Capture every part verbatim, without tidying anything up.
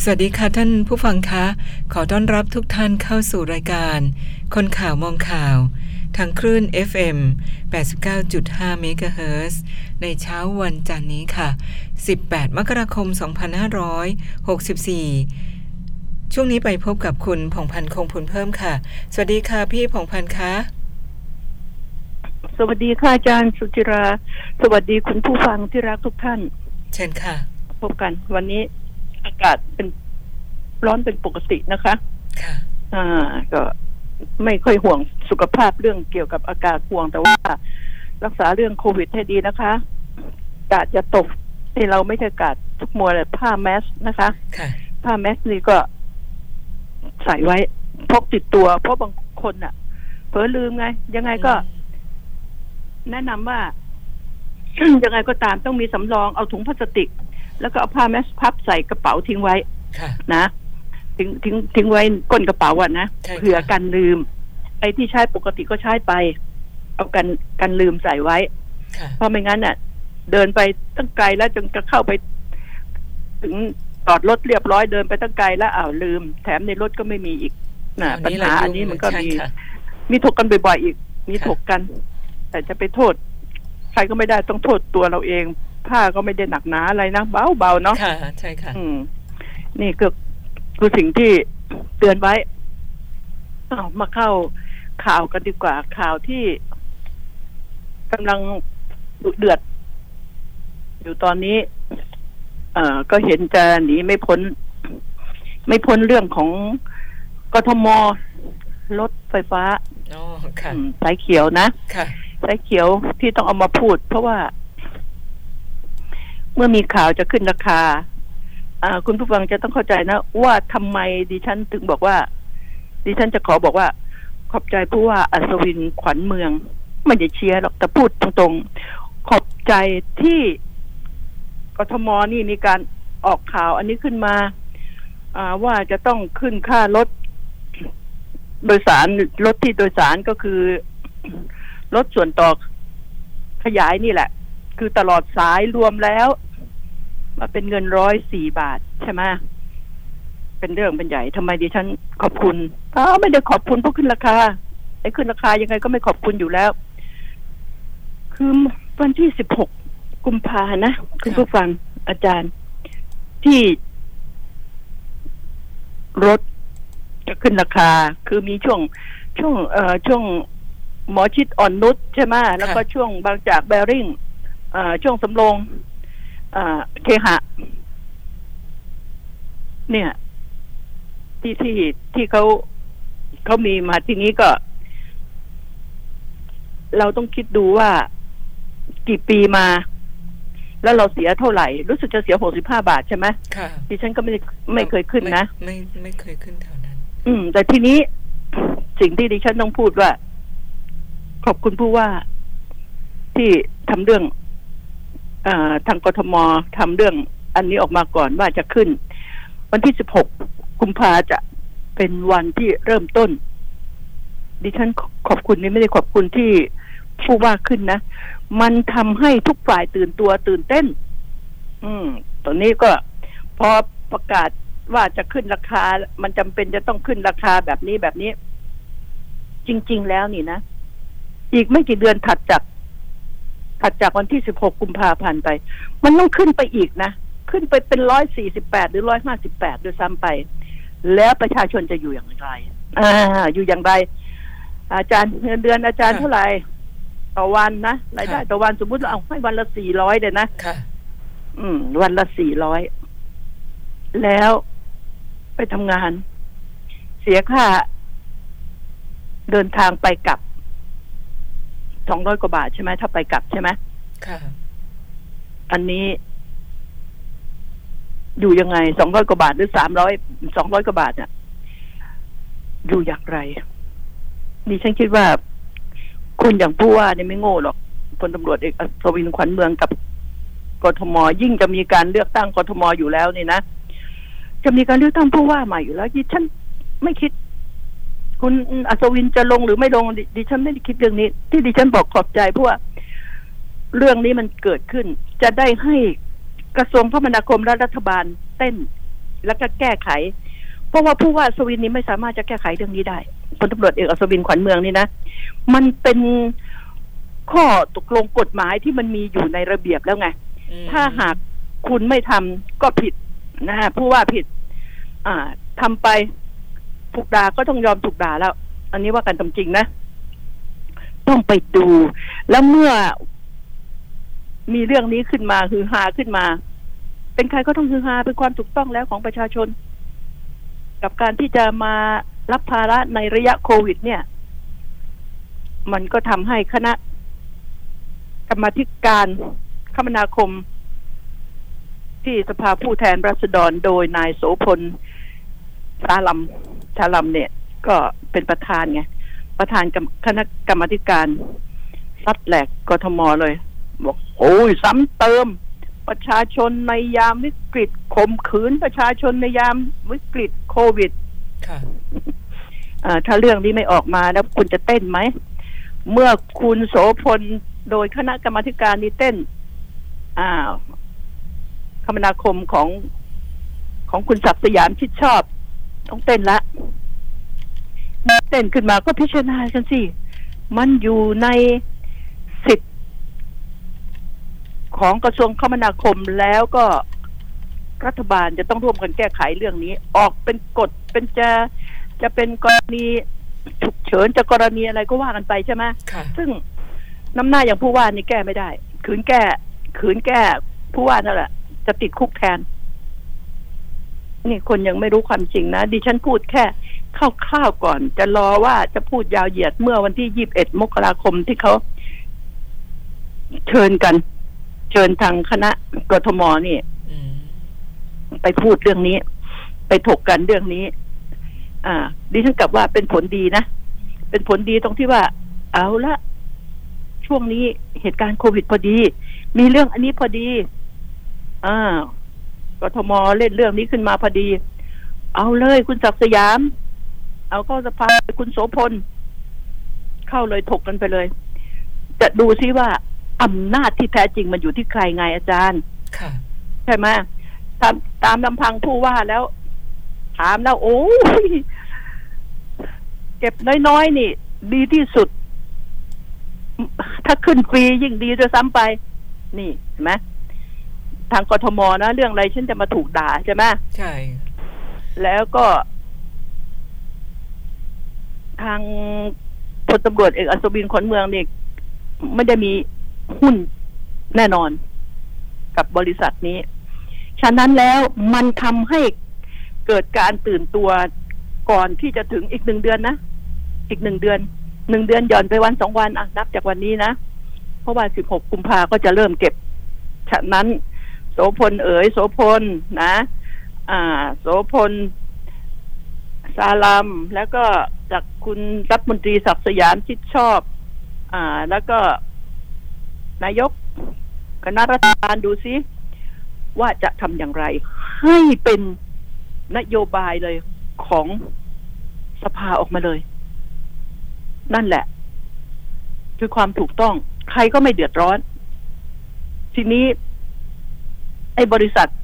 สวัสดีค่ะท่านผู้ฟังคะขอต้อนรับทุกท่านเข้าสู่รายการคนข่าวมองข่าวทางคลื่น เอฟ เอ็ม แปดสิบเก้าจุดห้า เมกะเฮิรตซ์ในเช้าวันจันทร์นี้ค่ะสิบแปดมกราคมสองพันห้าร้อยหกสิบสี่ช่วงนี้ไปพบกับคุณผ่องพันธ์คงพูนเพิ่มค่ะสวัสดีค่ะพี่ผ่องพันธ์คะสวัสดีค่ะอาจารย์สุจิราสวัสดีคุณผู้ฟังที่รักทุกท่านเชิญค่ะพบกันวันนี้อากาศเป็นร้อนเป็นปกตินะคะค่ะอ่าก็ไม่ค่อยห่วงสุขภาพเรื่องเกี่ยวกับอากาศห่วงแต่ว่ารักษาเรื่องโควิดให้ดีนะคะกาดจะตกที่เราไม่ใช่กาดทุกมัวเลยผ้าแมสนะคะค่ะผ้าแมสนี่ก็ใส่ไว้พกติดตัวเพราะบางคนน่ะเผลอลืมไงยังไงก็แนะนำว่า ยังไงก็ตามต้องมีสำรองเอาถุงพลาสติกแล้วก็เอาผ้าแมสพับใส่กระเป๋าทิ้งไว้นะทิ้งทิ้งทิ้งไว้ก้นกระเป๋าอ่ะนะเผื่อกันลืมไอ้ที่ใช้ปกติก็ใช้ไปเอากันกันลืมใส่ไว้เพราะไม่งั้นน่ะเดินไปตั้งไกลแล้วจนจะเข้าไปถึงจอดรถเรียบร้อยเดินไปตั้งไกลแล้วอ้าวลืมแถมในรถก็ไม่มีอีกน่ะปัญหาอันนี้มันก็มีมีถกกันบ่อยๆอีกมีถกกันแต่จะไปโทษใครก็ไม่ได้ต้องโทษตัวเราเองผ้าก็ไม่ได้หนักหนาอะไรนะเบาๆเนาะค่ะใช่ค่ะอืมนี่ก็คือสิ่งที่เตือนไว้เอามาเข้าข่าวกันดีกว่าข่าวที่กำลังดุเดือดอยู่ตอนนี้เอ่อก็เห็นจะหนีไม่พ้นไม่พ้นเรื่องของกทม.รถไฟฟ้าอ๋อค่ะสายเขียวนะค่ะสายเขียวที่ต้องเอามาพูดเพราะว่าเมื่อมีข่าวจะขึ้นราคาอ่าคุณผู้ฟังจะต้องเข้าใจนะว่าทำไมดิฉันถึงบอกว่าดิฉันจะขอบอกว่าขอบใจผู้ว่าอัศวินขวัญเมืองไม่ได้เชียร์หรอกแต่พูดตรงๆขอบใจที่กทม.นี่มีการออกข่าวอันนี้ขึ้นมาอ่าว่าจะต้องขึ้นค่ารถโดยสารรถที่โดยสารก็คือรถส่วนต่อขยายนี่แหละคือตลอดสายรวมแล้วมาเป็นเงินร้อยสี่บาทใช่ไหมเป็นเรื่องเป็นใหญ่ทำไมดิฉันขอบคุณอ้าวไม่ได้ขอบคุณเพราะขึ้นราคาไอ้ขึ้นราคายังไงก็ไม่ขอบคุณอยู่แล้วคือวันที่สิบหกกุมภานะคุณผู้ฟังอาจารย์ที่รถจะขึ้นราคาคือมีช่วงช่วงเอ่อช่วงหมอชิดอ่อนนุชใช่ไหมแล้วก็ช่วงบางจากแบริ่งเอ่อช่วงสำโรงเอ่อเคหะเนี่ยที่ที่ที่เขาเขามีมาที่นี้ก็เราต้องคิดดูว่ากี่ปีมาแล้วเราเสียเท่าไหร่รู้สึกจะเสียหกสิบห้าบาทใช่ไหมค่ะดิฉันก็ไม่ไม่เคยขึ้นนะไม่ไม่เคยขึ้นเท่านั้นอืมแต่ทีนี้สิ่งที่ดิฉันต้องพูดว่าขอบคุณผู้ว่าที่ทำเรื่องอทางกทม.ทำเรื่องอันนี้ออกมาก่อนว่าจะขึ้นวันที่สิบหกกุมภาจะเป็นวันที่เริ่มต้นดิฉันขอบคุณนี่ไม่ได้ขอบคุณที่ผู้ว่าขึ้นนะมันทำให้ทุกฝ่ายตื่นตัวตื่นเต้นอืมตอนนี้ก็พอประกาศว่าจะขึ้นราคามันจำเป็นจะต้องขึ้นราคาแบบนี้แบบนี้จริงๆแล้วนี่นะอีกไม่กี่เดือนถัดจากถัดจากวันที่สิบหกกุมภาพันธ์ไปมันต้องขึ้นไปอีกนะขึ้นไปเป็นหนึ่งร้อยสี่สิบแปดหรือหนึ่งร้อยห้าสิบแปดด้วยซ้ำไปแล้วประชาชนจะอยู่อย่างไรอ่าอยู่อย่างไรอาจารย์เงินเดือนอาจารย์เท่าไหร่ต่อวันนะรายได้ต่อวันสมมุติเราเอาให้วันละสี่ร้อยเดี๋ยวนะค่ะอืมวันละสี่ร้อยแล้วไปทำงานเสียค่าเดินทางไปกลับสองร้อยกว่าบาทใช่ไหมถ้าไปกลับใช่ไหมค่ะอันนี้อยู่ยังไงสองร้อยกว่าบาทหรือสามร้อยสองร้อยกว่าบาทเนี่ยอยู่อย่างไรดิฉันคิดว่าคนอย่างผู้ว่าเนี่ยไม่โง่หรอกพลตำรวจเอกอัศวินขวัญเมืองกับกทม.ยิ่งจะมีการเลือกตั้งกทม.อยู่แล้วนี่นะจะมีการเลือกตั้งผู้ว่าใหม่อยู่แล้วดิฉันไม่คิดคุณอัศวินจะลงหรือไม่ลงดิฉันไม่ได้คิดเรื่องนี้ที่ดิฉันบอกขอบใจเพราะว่าเรื่องนี้มันเกิดขึ้นจะได้ให้กระทรวงคมนาคมและรัฐบาลเต้นแล้วก็แก้ไขเพราะว่าผู้ว่าอัศวินนี้ไม่สามารถจะแก้ไขเรื่องนี้ได้พลตำรวจเอกอัศวินขวัญเมืองนี่นะมันเป็นข้อตกลงกฎหมายที่มันมีอยู่ในระเบียบแล้วไงถ้าหากคุณไม่ทำก็ผิดนะฮะผู้ว่าผิดอ่าทำไปถูกด่าก็ต้องยอมถูกด่าแล้วอันนี้ว่ากันตามจริงนะต้องไปดูแล้วเมื่อมีเรื่องนี้ขึ้นมาฮือฮาขึ้นมาเป็นใครก็ต้องฮือฮาเป็นความถูกต้องแล้วของประชาชนกับการที่จะมารับภาระในระยะโควิดเนี่ยมันก็ทำให้คณะกรรมาธิการคมนาคมที่สภาผู้แทนราษฎรโดยนายโสพลชาลัมชาลัมเนี่ยก็เป็นประธานไงประธานคณะกรรมาธิการซัดแหลกกทมเลยบอกโอ้ยซ้ำเติมประชาชนในยามวิกฤตข่มขืนประชาชนในยามวิกฤตโควิดค่ะถ้าเรื่องนี้ไม่ออกมาแล้วคุณจะเต้นไหมเมื่อคุณโสพลโดยคณะกรรมาธิการนี้เต้นอ้าวคมนาคมของของคุณศักดิ์สยามชิดชอบต้องเต้นละเต้นขึ้นมาก็พิจารณากันสิมันอยู่ในสิทธิ์ของกระทรวงคมนาคมแล้วก็รัฐบาลจะต้องร่วมกันแก้ไขเรื่องนี้ออกเป็นกฎเป็นจะจะเป็นกรณีฉุกเฉินจะกรณีอะไรก็ว่ากันไปใช่ไหมซึ่งน้ำหน้าอย่างผู้ว่านี่แก้ไม่ได้ขืนแก้ขืนแก้ผู้ว่านั่นแหละจะติดคุกแทนนี่คนยังไม่รู้ความจริงนะดิฉันพูดแค่คร่าวๆก่อนจะรอว่าจะพูดยาวเหยียดเมื่อวันที่ยี่สิบเอ็ดมกราคมที่เขาเชิญกันเชิญทางคณะกทมนี่ไปพูดเรื่องนี้ไปถกกันเรื่องนี้อ่าดิฉันกลับว่าเป็นผลดีนะเป็นผลดีตรงที่ว่าเอาละช่วงนี้เหตุการณ์โควิดพอดีมีเรื่องอันนี้พอดีอ่ากทมเล่นเรื่องนี้ขึ้นมาพอดีเอาเลยคุณศักดิ์สยามเอาเข้าสภาคุณโสพลเข้าเลยถกกันไปเลยจะดูซิว่าอำนาจที่แท้จริงมันอยู่ที่ใครไงอาจารย์ค่ะใช่ไหมตามตามลำพังผู้ว่าแล้วถามแล้วโอ้ยเก็บน้อยๆนี่ดีที่สุดถ้าขึ้นฟรียิ่งดีด้วยซ้ำไปนี่เห็นไหมทางกทมนะเรื่องอะไรฉันจะมาถูกด่าใช่ไหมใช่แล้วก็ทางพลตำรวจเอกอัศวินขวัญเมืองเนี่ยไม่ได้มีหุ้นแน่นอนกับบริษัทนี้ฉะนั้นแล้วมันทำให้เกิดการตื่นตัวก่อนที่จะถึงอีกหนึ่งเดือนนะอีกหนึ่งเดือนหนึ่งเดือนหย่อนไปวันสองวันอ่ะนับจากวันนี้นะเพราะว่าสิบหกกุมภาก็จะเริ่มเก็บฉะนั้นโสพลเอ๋ยโสพลนะอ่าโสพลซาลัมแล้วก็จากคุณรัฐมนตรีศักดิ์สยามชิดชอบอ่าแล้วก็นายกคณะรัฐบาลดูซิว่าจะทำอย่างไรให้เป็นนโยบายเลยของสภาออกมาเลยนั่นแหละคือความถูกต้องใครก็ไม่เดือดร้อนทีนี้ไอ้บริษัท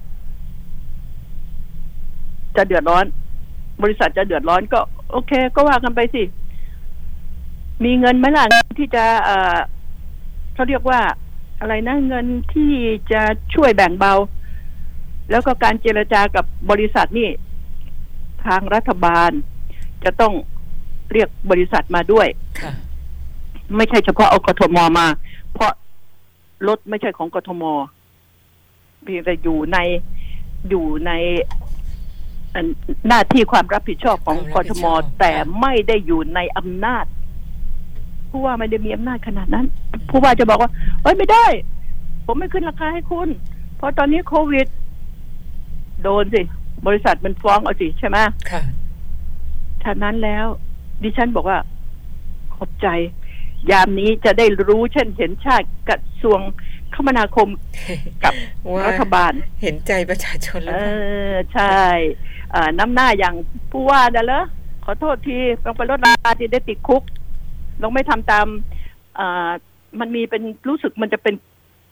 จะเดือดร้อนบริษัทจะเดือดร้อนก็โอเคก็ว่ากันไปสิมีเงินไหมล่ะที่จะเอ่อเขาเรียกว่าอะไรนะเงินที่จะช่วยแบ่งเบาแล้วก็การเจรจากับบริษัทนี่ทางรัฐบาลจะต้องเรียกบริษัทมาด้วยไม่ใช่เฉพาะเอากทมมาเพราะรถไม่ใช่ของกทมเพียงแต่อยู่ในอยู่ในหน้าที่ความรับผิดชอบของกทมแต่ไม่ได้อยู่ในอำนาจผู้ว่าไม่ได้มีอำนาจขนาดนั้นผู้ว่าจะบอกว่าเอ้ยไม่ได้ผมไม่ขึ้นราคาให้คุณเพราะตอนนี้โควิดโดนสิบริษัทมันฟ้องเอาสิใช่ไหมค่ะฉะนั้นแล้วดิฉันบอกว่าขอบใจยามนี้จะได้รู้เช่นเห็นชาติกระทรวงคมนาคมกับรัฐบาลเห็นใจประชาชนแล้วเออใช่น้ำหน้าอย่างผู้ว่าเด้อเหรอขอโทษทีต้องไปลดราคาที่ได้ติดคุกลองไม่ทำตามมันมีเป็นรู้สึกมันจะเป็น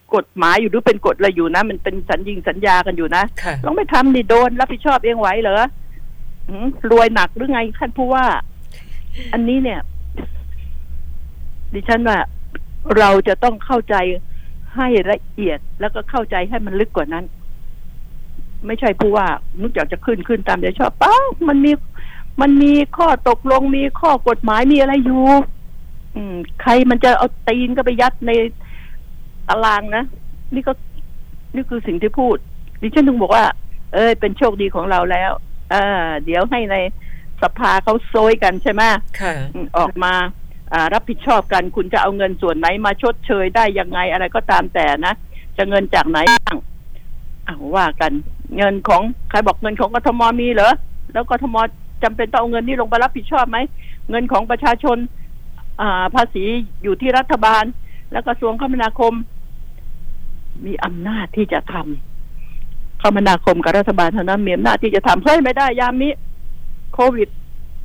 กฎหมายอยู่หรือเป็นกฎอะไรอยู่นะมันเป็นสัญญิงสัญญากันอยู่นะต้องไม่ทำนี่โดนรับผิดชอบเองไหวเหรอรวยหนักหรือไงท่านผู้ว่าอันนี้เนี่ยดิฉันว่าเราจะต้องเข้าใจให้ละเอียดแล้วก็เข้าใจให้มันลึกกว่านั้นไม่ใช่ผู้ว่านึกอยากจะขึ้นขึ้นตามใจชอบเปล่ามันมีมันมีข้อตกลงมีข้อกฎหมายมีอะไรอยู่อืมใครมันจะเอาตีนก็ไปยัดในตารางนะนี่ก็นี่คือสิ่งที่พูดดิฉันถึงบอกว่าเอ้ยเป็นโชคดีของเราแล้วอ่าเดี๋ยวให้ในสภาเขาโซยกันใช่ไหมค่ะออกมาอ่ารับผิดชอบกันคุณจะเอาเงินส่วนไหนมาชดเชยได้ยังไงอะไรก็ตามแต่นะจะเงินจากไหนบ้างอ้าวว่ากันเงินของใครบอกเงินของกทมมีเหรอแล้วกทมจำเป็นต้องเอาเงินนี้ลงไปรับผิดชอบไหมเงินของประชาชนอ่าภาษีอยู่ที่รัฐบาลแล้วกระทรวงคมนาคมมีอำนาจที่จะทำคมนาคมกับรัฐบาลเท่านั้นมีอำนาจที่จะทำเฮ้ยไม่ได้ยามนี้โควิด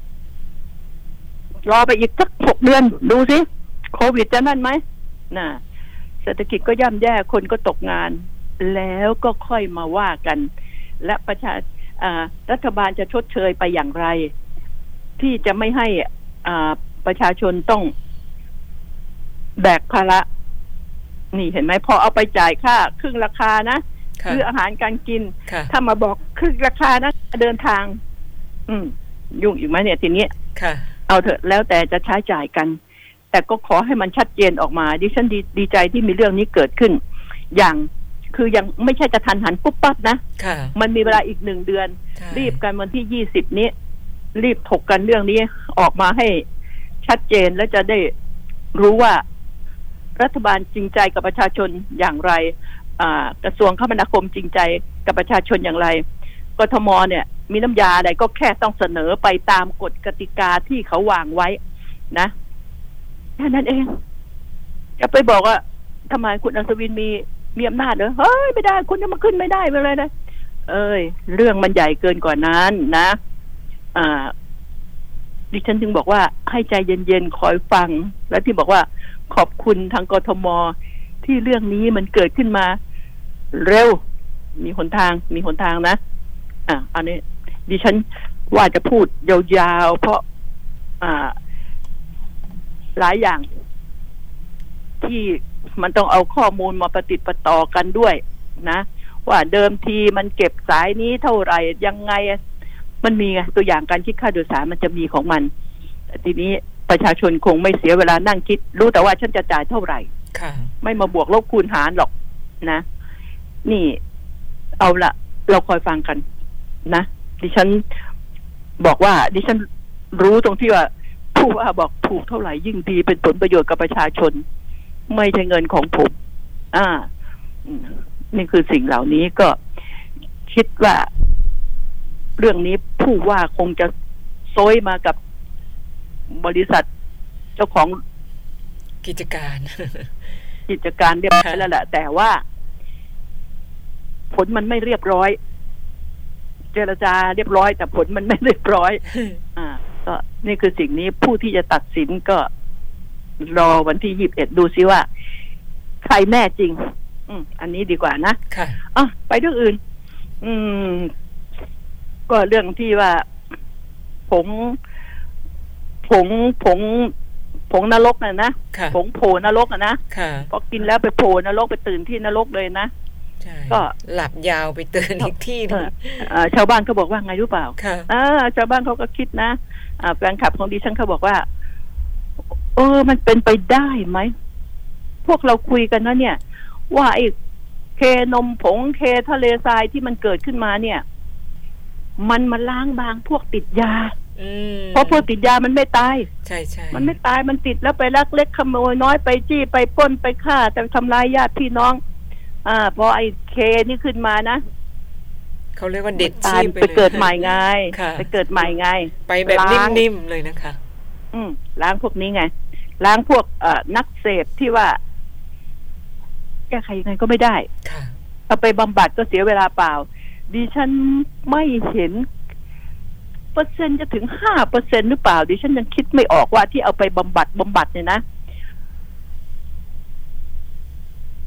รอไปอีกสักหกเดือนดูสิโควิดจะนั่นไหมน่ะเศรษฐกิจก็ย่ำแย่คนก็ตกงานแล้วก็ค่อยมาว่ากันและประชารัฐบาลจะชดเชยไปอย่างไรที่จะไม่ให้ประชาชนต้องแบกภาระนี่เห็นไหมพอเอาไปจ่ายค่าครึ่งราคานะคืออาหารการกินถ้ามาบอกครึ่งราคานะเดินทางอืมยุ่งอีกไหมเนี่ยทีนี้เอาเถอะแล้วแต่จะใช้จ่ายกันแต่ก็ขอให้มันชัดเจนออกมาดิฉันดีดีใจที่มีเรื่องนี้เกิดขึ้นอย่างคือยังไม่ใช่จะทันหันปุ๊บปั๊บนะมันมีเวลาอีกหนึ่งเดือนรีบกันวันที่ยี่สิบนี้รีบถกกันเรื่องนี้ออกมาให้ชัดเจนแล้วจะได้รู้ว่ารัฐบาลจริงใจกับประชาชนอย่างไรกระทรวงคมนาคมจริงใจกับประชาชนอย่างไรกทมเนี่ยมีน้ำยาอะไรก็แค่ต้องเสนอไปตามกฎกติกาที่เขาวางไว้นะแค่นั้นเองจะไปบอกว่าทำไมคุณอัศวินมีมีอำนาจเหรอเฮ้ยไม่ได้คุณจะมาขึ้นไม่ได้ไปเลยนะเอ้ยเรื่องมันใหญ่เกินกว่านั้นนะอ่าดิฉันถึงบอกว่าให้ใจเย็นๆคอยฟังแล้วที่บอกว่าขอบคุณทางกทมที่เรื่องนี้มันเกิดขึ้นมาเร็วมีหนทางมีหนทางนะอ่ะอันนี้ดิฉันว่าจะพูดยาวๆเพราะอ่าหลายอย่างที่มันต้องเอาข้อมูลมาประติดประต่อกันด้วยนะว่าเดิมทีมันเก็บสายนี้เท่าไหร่ยังไงมันมีไงตัวอย่างการคิดค่าโดยสารมันจะมีของมันแต่ทีนี้ประชาชนคงไม่เสียเวลานั่งคิดรู้แต่ว่าฉันจะจ่ายเท่าไหร่ไม่มาบวกลบคูณหารหรอกนะนี่เอาละเราคอยฟังกันนะดิฉันบอกว่าดิฉันรู้ตรงที่ว่าผู้ว่าบอกถูกเท่าไหร่ยิ่งดีเป็นผลประโยชน์กับประชาชนไม่ใช่เงินของผมอ่านี่คือสิ่งเหล่านี้ก็คิดว่าเรื่องนี้ผู้ว่าคงจะโซยมากับบริษัทเจ้าของกิจการกิจการเรียบร้อยแล้วแหละแต่ว่าผลมันไม่เรียบร้อยเจรจาเรียบร้อยแต่ผลมันไม่เรียบร้อยอ่าก็นี่คือสิ่งนี้ผู้ที่จะตัดสินก็รอวันที่ยี่สิบเอ็ดดูซิว่าใครแน่จริงอืมอันนี้ดีกว่านะค่ะอ่ะไปเรื่องอื่นอืมก็เรื่องที่ว่าผงผงผงผงนรกน่ะนะผงโผนรกอ่ะนะพอกินแล้วไปโผนรกไปตื่นที่นรกเลยนะก็หลับยาวไปตื่นอีกที่นึงชาวบ้านเขาบอกว่าไงรู้เปล่าชาวบ้านเขาก็คิดนะแฟนคลับของดิฉันเขาบอกว่าเออมันเป็นไปได้ไหมพวกเราคุยกันนะเนี่ยว่าไอ้เคนมผงเคทะเลทรายที่มันเกิดขึ้นมาเนี่ยมันมาล้างบางพวกติดยาเพราะพวกติดยามันไม่ตายใช่ใช่มันไม่ตายมันติดแล้วไปลักเล็กขโมยน้อยไปจี้ไปปล้นไปฆ่าแต่ทำลายญาติพี่น้องอ่าพอไอ้เคนี่ขึ้นมานะเขาเรียกว่าเด็ดชีพไปเลยไปเกิดใหม่ไงไปเกิดใหม่ไงไปแบบนิ่มๆเลยนะคะอืมล้างพวกนี้ไงล้างพวกเอ่อนักเสพที่ว่าแก้ไขยังไงก็ไม่ได้เอาไปบำบัดก็เสียเวลาเปล่าดิฉันไม่เห็นเปอร์เซ็นต์จะถึงห้าเปอร์เซ็นต์หรือเปล่าดิฉันยังคิดไม่ออกว่าที่เอาไปบำบัดบำบัดเนี่ยนะ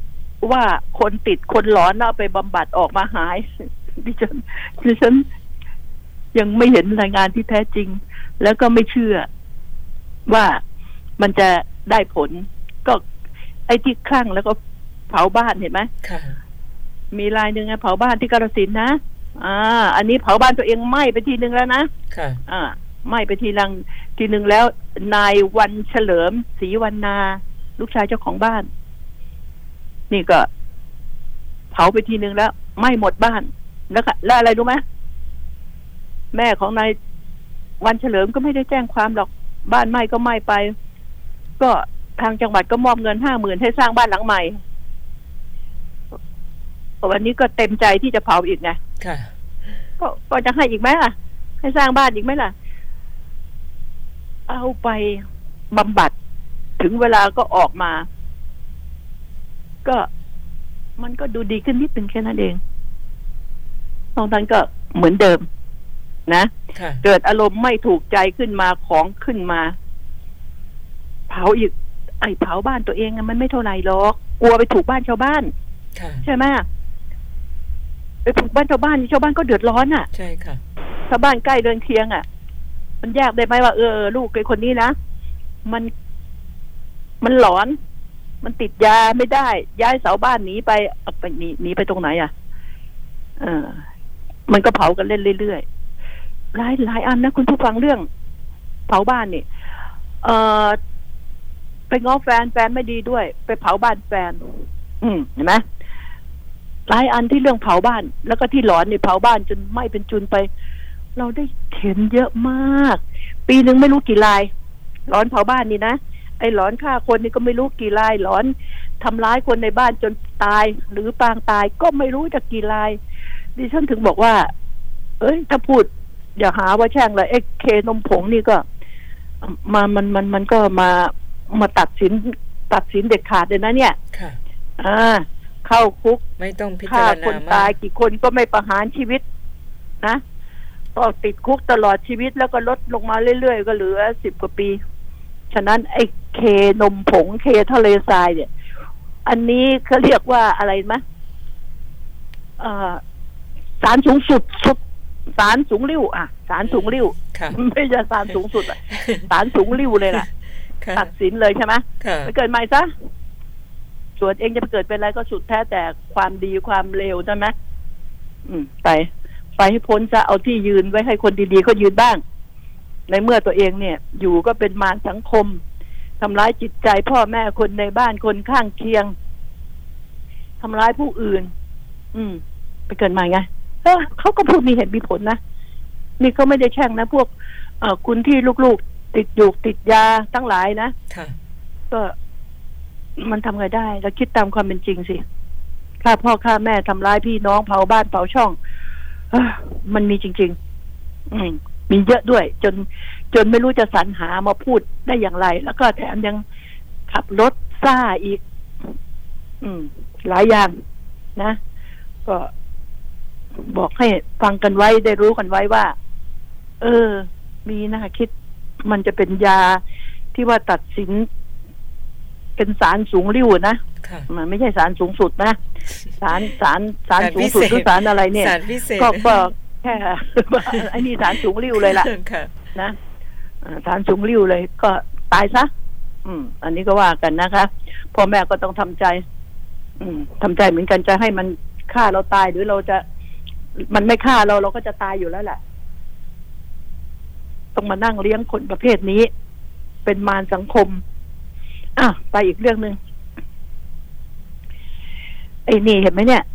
ว่าคนติดคนหลอนแล้วไปบำบัดออกมาหายดิฉันดิฉันยังไม่เห็นรายงานที่แท้จริงแล้วก็ไม่เชื่อว่ามันจะได้ผลก็ไอ้ที่คลั่งแล้วก็เผาบ้านเห็นไหมค่ะมีรายหนึ่งเผาบ้านที่กาฬสินธุ์นะอ่าอันนี้เผาบ้านตัวเองไหม้ไปทีนึงแล้วนะค่ะอ่าไหม้ไปทีลังทีนึงแล้วนายวันเฉลิมศรีวรรณาลูกชายเจ้าของบ้านนี่ก็เผาไปทีนึงแล้วไหม้หมดบ้านแล้วค่ะแล้วอะไรรู้ไหมแม่ของนายวันเฉลิมก็ไม่ได้แจ้งความหรอกบ้านไหม้ก็ไหม้ไปก็ทางจังหวัดก็มอบเงินห้าหมื่นให้สร้างบ้านหลังใหม่วันนี้ก็เต็มใจที่จะเผาอีกไงค่ะก็ก็จะให้อีกไหมล่ะให้สร้างบ้านอีกไหมล่ะเอาไปบำบัดถึงเวลาก็ออกมาก็มันก็ดูดีขึ้นนิดนึงแค่นั้นเองตอนนั้นก็เหมือนเดิมนะเกิดอารมณ์ไม่ถูกใจขึ้นมาของขึ้นมาเผาอีกไอ้เผาบ้านตัวเองมันไม่เท่าไหร่หรอกกลัวไปถูกบ้านชาวบ้านใช่ไหมไปถูกบ้านชาวบ้านชาวบ้านก็เดือดร้อนอ่ะใช่ค่ะชาวบ้านใกล้เรือนเคียงอ่ะมันแยกได้ไหมว่าเออลูกไอ้คนนี้นะมันมันหลอนมันติดยาไม่ได้ย้ายเสาบ้านหนีไปเอาไปหนีหนีไปตรงไหนอ่ะเออมันก็เผากันเล่นเรื่อยๆหลายหลายอันนะคุณผู้ฟังเรื่องเผาบ้านนี่เออไปง้อแฟนแฟนไม่ดีด้วยไปเผาบ้านแฟนอืมเห็นไหมหลายอันที่เรื่องเผาบ้านแล้วก็ที่หลอนนี่เผาบ้านจนไหม้เป็นจุนไปเราได้เห็นเยอะมากปีนึงไม่รู้กี่รายหลอนเผาบ้านนี่นะไอ้หลอนฆ่าคนนี่ก็ไม่รู้กี่รายหลอนทำร้ายคนในบ้านจนตายหรือปางตายก็ไม่รู้จะกี่รายดิฉันถึงบอกว่าเอ้ยถ้าพูดอย่าหาว่าแช่งเลยเอ็กเคนมผงนี่ก็มามันมันมันก็มามาตัดสินตัดสินเด็ดขาดเลยนะเนี่ยค่ะอ่าเข้าคุกไม่ต้องพิจารณาฆ่าคนตายกี่คนก็ไม่ประหารชีวิตนะก็ติดคุกตลอดชีวิตแล้วก็ลดลงมาเรื่อยๆก็เหลือสิบกว่าปีฉะนั้นไอ้เคนมผงเคทะเลทรายเนี่ยอันนี้เขาเรียกว่าอะไรมั้ยเอ่อศาลสูงสุดสุดศาลสูงลิ่วอ่ะศาลสูงลิ่วไม่ใช่ศาลสูงสุดอ่ะศาลสูงลิ่วเลยล่ะตัดสินเลยใช่ไหมไปเกิดใหม่ซะส่วนเองจะไปเกิดเป็นอะไรก็สุดแท้แต่ความดีความเลวใช่ไหมอืมไปไปให้พ้นซะเอาที่ยืนไว้ให้คนดีๆเขายืนบ้างในเมื่อตัวเองเนี่ยอยู่ก็เป็นมารสังคมทำร้ายจิตใจพ่อแม่คนในบ้านคนข้างเคียงทำร้ายผู้อื่นอืมไปเกิดใหม่ไงเออเขาก็พูดมีเหตุมีผลนะนี่เขาไม่ได้แช่งนะพวกเอ่อคุณที่ลูกๆติดอยู่ติดยาทั้งหลายนะค่ะก็มันทำไงได้เราคิดตามความเป็นจริงสิฆ่าพ่อฆ่าแม่ทำร้ายพี่น้องเผาบ้านเผาช่องเออมันมีจริงๆอืมมีเยอะด้วยจนจนไม่รู้จะสรรหามาพูดได้อย่างไรแล้วก็แถมยังขับรถซ่าอีกอืมหลายอย่างนะก็บอกให้ฟังกันไว้ได้รู้กันไว้ว่าเออมีนะคิดมันจะเป็นยาที่ว่าตัดสินเป็นศาลสูงลิ่วนะมันไม่ใช่ศาลสูงสุดนะศาลศาลศาลสูงสุดหรือศาลอะไรเนี่ยก็ก็แค่ไอ้นี่ศาลสูงลิ่วเลยล่ะนะศาลสูงลิ่วเลยก็ตายซะอืมอันนี้ก็ว่ากันนะคะพ่อแม่ก็ต้องทำใจ อืมทำใจเหมือนกันจะให้มันฆ่าเราตายหรือเราจะมันไม่ฆ่าเราเราก็จะตายอยู่แล้วแหละต้องมานั่งเลี้ยงคนประเภทนี้เป็นมารสังคมอ่ะไปอีกเรื่องนึงไอ้นี่เห็นไหมเนี่ย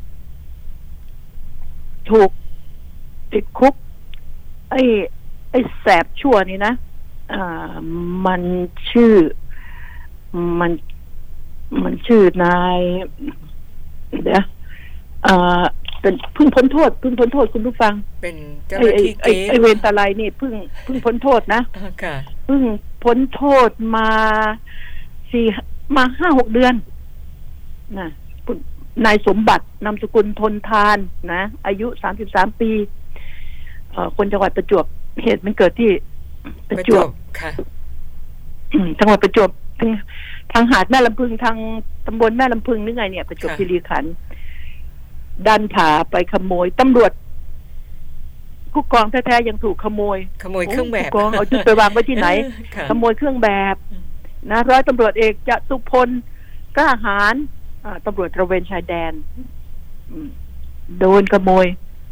ถูกติดคุกไอ้ไอ้แสบชั่วนี่นะอ่ามันชื่อมันมันชื่อนายเดี๋ยวอ่าเป็นเพิ่งพ้นโทษเพิ่งพ้นโทษคุณผู้ฟังเป็นเจ้าหน้าที่เกสไอเวรตะไลนี่เพิ่งเพิ่งพ้นโทษนะค่ะเพิ่งพ้นโทษมาสี่มาห้าหกเดือนนะนายสมบัตินามสกุลทนทานนะอายุสามสิบสามปีเอ่อคนจังหวัดประจวบเหตุมันเกิดที่ประจวบค่ะจังหวัดประจวบทางหาดแม่ลำพึงทางตำบลแม่ลำพึงนึกไงเนี่ยประจวบคีรีขันธ์ดันขาไปขโมยตำรวจผู้กองแท้ๆยังถูกขโมยขโมยเครื่องแบบผู้กองเอาจุดไปวางไว้ที่ไหนขโมยเครื่องแบบนะร้อยตำรวจเอกจตุพลกล้าหาญตำรวจตระเวนชายแดนโดนขโมย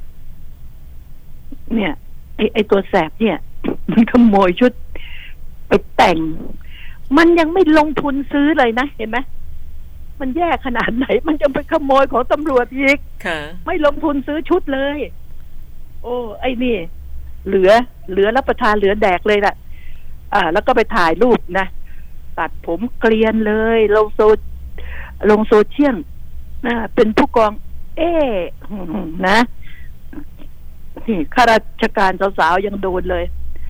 เนี่ยไอไอตัวแสบเนี่ยมันขโมยชุดไปแต่งมันยังไม่ลงทุนซื้อเลยนะเห็นไหมมันแย่ขนาดไหนมันจะไปขโมยของตำรวจอีกไม่ลงทุนซื้อชุดเลยโอ้ไอ้นี่เหลือเหลือรับประทานเหลือแดกเลยล่ะอ่าแล้วก็ไปถ่ายรูปนะตัดผมเกลียนเลยลงโซลงโซเชียลนะเป็นผู้กองเอ๊นะนี่ข้าราชการสาวๆยังโดนเลย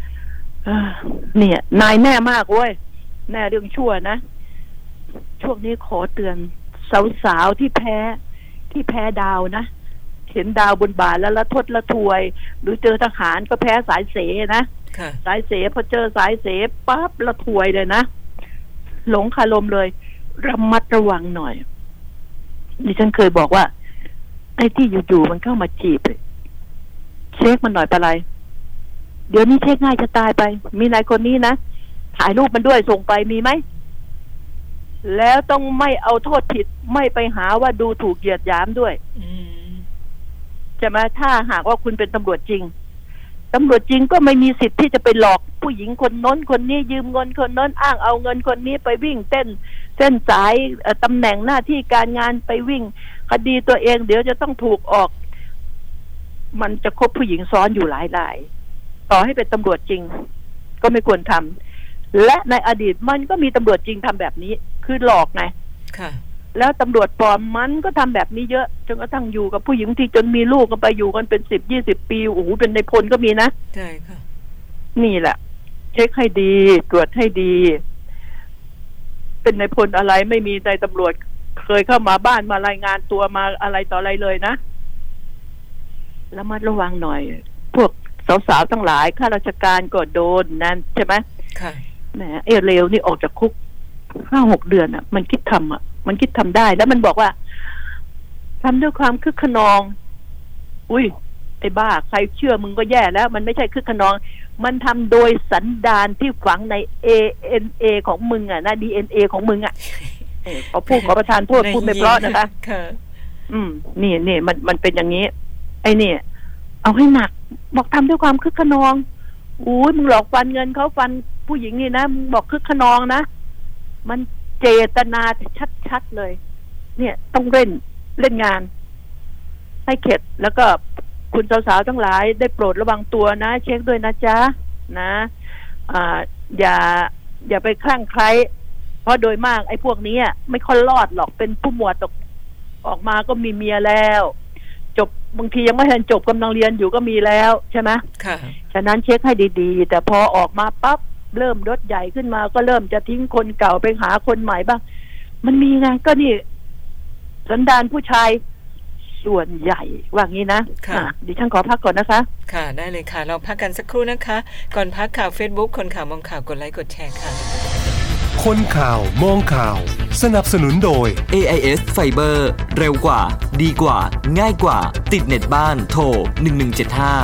เนี่ยนายแน่มากเว้ยแน่เรื่องชั่วนะช่วงนี้ขอเตือนสาวๆที่แพ้ที่แพ้ดาวนะเห็นดาวบนบ่าแล้วละทดละทวยหรือเจอทหารก็แพ้สายเสนะสายเสพอเจอสายเสปั๊บละทวยเลยนะหลงคาลมเลยระมัดระวังหน่อยดิฉันเคยบอกว่าไอ้ที่อยู่ๆมันเข้ามาจีบเช็คมันหน่อยไปเลยเดี๋ยวนี้เช็คง่ายจะตายไปมีนายคนนี้นะถ่ายรูปมันด้วยส่งไปมีไหมแล้วต้องไม่เอาโทษผิดไม่ไปหาว่าดูถูกเหยียดหยามด้วยใช่ไหมถ้าหากว่าคุณเป็นตำรวจจริงตำรวจจริงก็ไม่มีสิทธิ์ที่จะไปหลอกผู้หญิงคนน้นคนนี้ยืมเงินคนน้นอ้างเอาเงินคนนี้ไปวิ่งเต้นเส้นสายตำแหน่งหน้าที่การงานไปวิ่งคดีตัวเองเดี๋ยวจะต้องถูกออกมันจะคบผู้หญิงซ้อนอยู่หลายรายต่อให้เป็นตำรวจจริงก็ไม่ควรทำและในอดีตมันก็มีตำรวจจริงทำแบบนี้คือหลอกไงค่ะแล้วตำรวจปลอมมันก็ทำแบบนี้เยอะจนกระทั่งอยู่กับผู้หญิงที่จนมีลูกกันไปอยู่กันเป็นสิบยี่สิบปีโอ้โหเป็นในพลก็มีนะใช่ค่ะนี่แหละเช็คให้ดีตรวจให้ดีเป็นในพลอะไรไม่มีในตำรวจเคยเข้ามาบ้านมารายงานตัวมาอะไรต่ออะไรเลยนะแล้วมาระวังหน่อยพวกสาวๆทั้งหลายข้าราชการก็โดนนั่นใช่ไหมค่ะแหมเอเลวนี่ออกจากคุกห้าหกเดือนอ่ะมันคิดทำอ่ะมันคิดทำได้แล้วมันบอกว่าทำด้วยความคึกขนองอุ้ยไอ้บ้าใครเชื่อมึงก็แย่แล้วมันไม่ใช่คึกขนองมันทำโดยสันดานที่ฝังใน เอ เอ็น เอ ของมึงอ่ะนะ ดี เอ็น เอ ของมึงอ่ะขอพูดขอประทานโทษพูดไม่เพราะนะคะอืมนี่นี่มันมันเป็นอย่างนี้ไอ้นี่เอาให้หนักบอกทำด้วยความคึกขนองอุ้ยมึงหลอกฟันเงินเขาฟันผู้หญิงนี่นะมึงบอกคึกขนองนะมันเจตนาชัดๆเลยเนี่ยต้องเล่นเล่นงานให้เข็ดแล้วก็คุณสาวๆทั้งหลายได้โปรดระวังตัวนะเช็คด้วยนะจ๊ะนะอ่าอย่าอย่าไปคลั่งไคล้เพราะโดยมากไอ้พวกนี้ไม่ค่อยรอดหรอกเป็นผู้หมวดออกมาก็มีเมียแล้วจบบางทียังไม่ทันจบกำลังเรียนอยู่ก็มีแล้วใช่ไหมค่ะฉะนั้นเช็คให้ดีๆแต่พอออกมาปั๊บเริ่มรถใหญ่ขึ้นมาก็เริ่มจะทิ้งคนเก่าไปหาคนใหม่บ้างมันมีไงก็นี่สันดานผู้ชายส่วนใหญ่ว่างี้นะค่ะดิฉันขอพักก่อนนะคะค่ะได้เลยค่ะเราพักกันสักครู่นะคะก่อนพักข่าว Facebook คนข่าวมองข่าวกดไลค์กดแชร์ค่ะคนข่าวมองข่าวสนับสนุนโดยเอ ไอ เอส Fiber เร็วกว่าดีกว่าง่ายกว่าติดเน็ตบ้านโทรหนึ่งหนึ่งเจ็ดห้า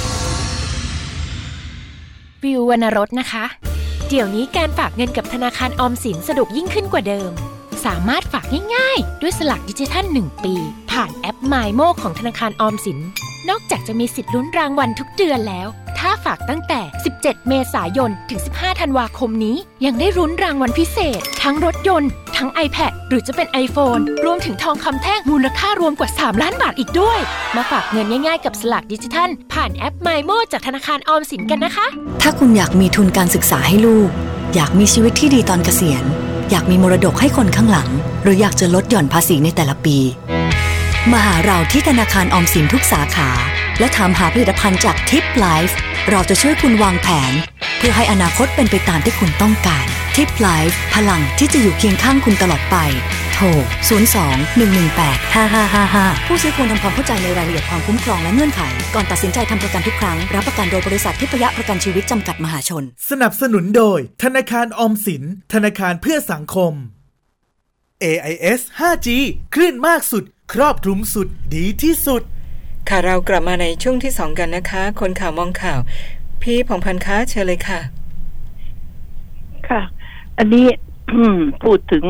วิววรรณรสนะคะเดี๋ยวนี้การฝากเงินกับธนาคารออมสินสะดวกยิ่งขึ้นกว่าเดิมสามารถฝากง่ายๆด้วยสลักดิจิทัลหนึ่งปีผ่านแอป มายโม ของธนาคารออมสินนอกจากจะมีสิทธิ์ลุ้นรางวัลทุกเดือนแล้วถ้าฝากตั้งแต่สิบเจ็ดเมษายนถึงสิบห้าธันวาคมนี้ยังได้ลุ้นรางวัลพิเศษทั้งรถยนต์ทั้ง iPad หรือจะเป็น iPhone รวมถึงทองคำแท่งมูลค่ารวมกว่าสามล้านบาทอีกด้วยมาฝากเงินง่ายๆกับสลักดิจิทัลผ่านแอป มายโม จากธนาคารออมสินกันนะคะถ้าคุณอยากมีทุนการศึกษาให้ลูกอยากมีชีวิตที่ดีตอนเกษียณอยากมีมรดกให้คนข้างหลังหรืออยากจะลดหย่อนภาษีในแต่ละปีมาหาเราที่ธนาคารออมสินทุกสาขาและถามหาผลิตภัณฑ์จาก ทิป ไลฟ์ เราจะช่วยคุณวางแผนเพื่อให้อนาคตเป็นไปตามที่คุณต้องการ ทิป ไลฟ์ พลังที่จะอยู่เคียงข้างคุณตลอดไปโทรร ศูนย์ สอง หนึ่ง หนึ่ง แปด ห้า ห้า ห้า ห้า ผู้ซื้อควรทำความเข้าใจในรายละเอียดความคุ้มครองและเงื่อนไขก่อนตัดสินใจทำประกันทุกครั้งรับประกันโดยบริษัททิพยประกันชีวิตจำกัดมหาชนสนับสนุนโดยธนาคารออมสินธนาคารเพื่อสังคม เอ ไอ เอส ห้าจี คลื่นมากสุดครอบคลุมสุดดีที่สุดค่ะเรากลับมาในช่วงที่สองกันนะคะคนข่าวมองข่าวพี่ผ่องพันธ์คะเชิญเลยค่ะค่ะอันนี้ พูดถึง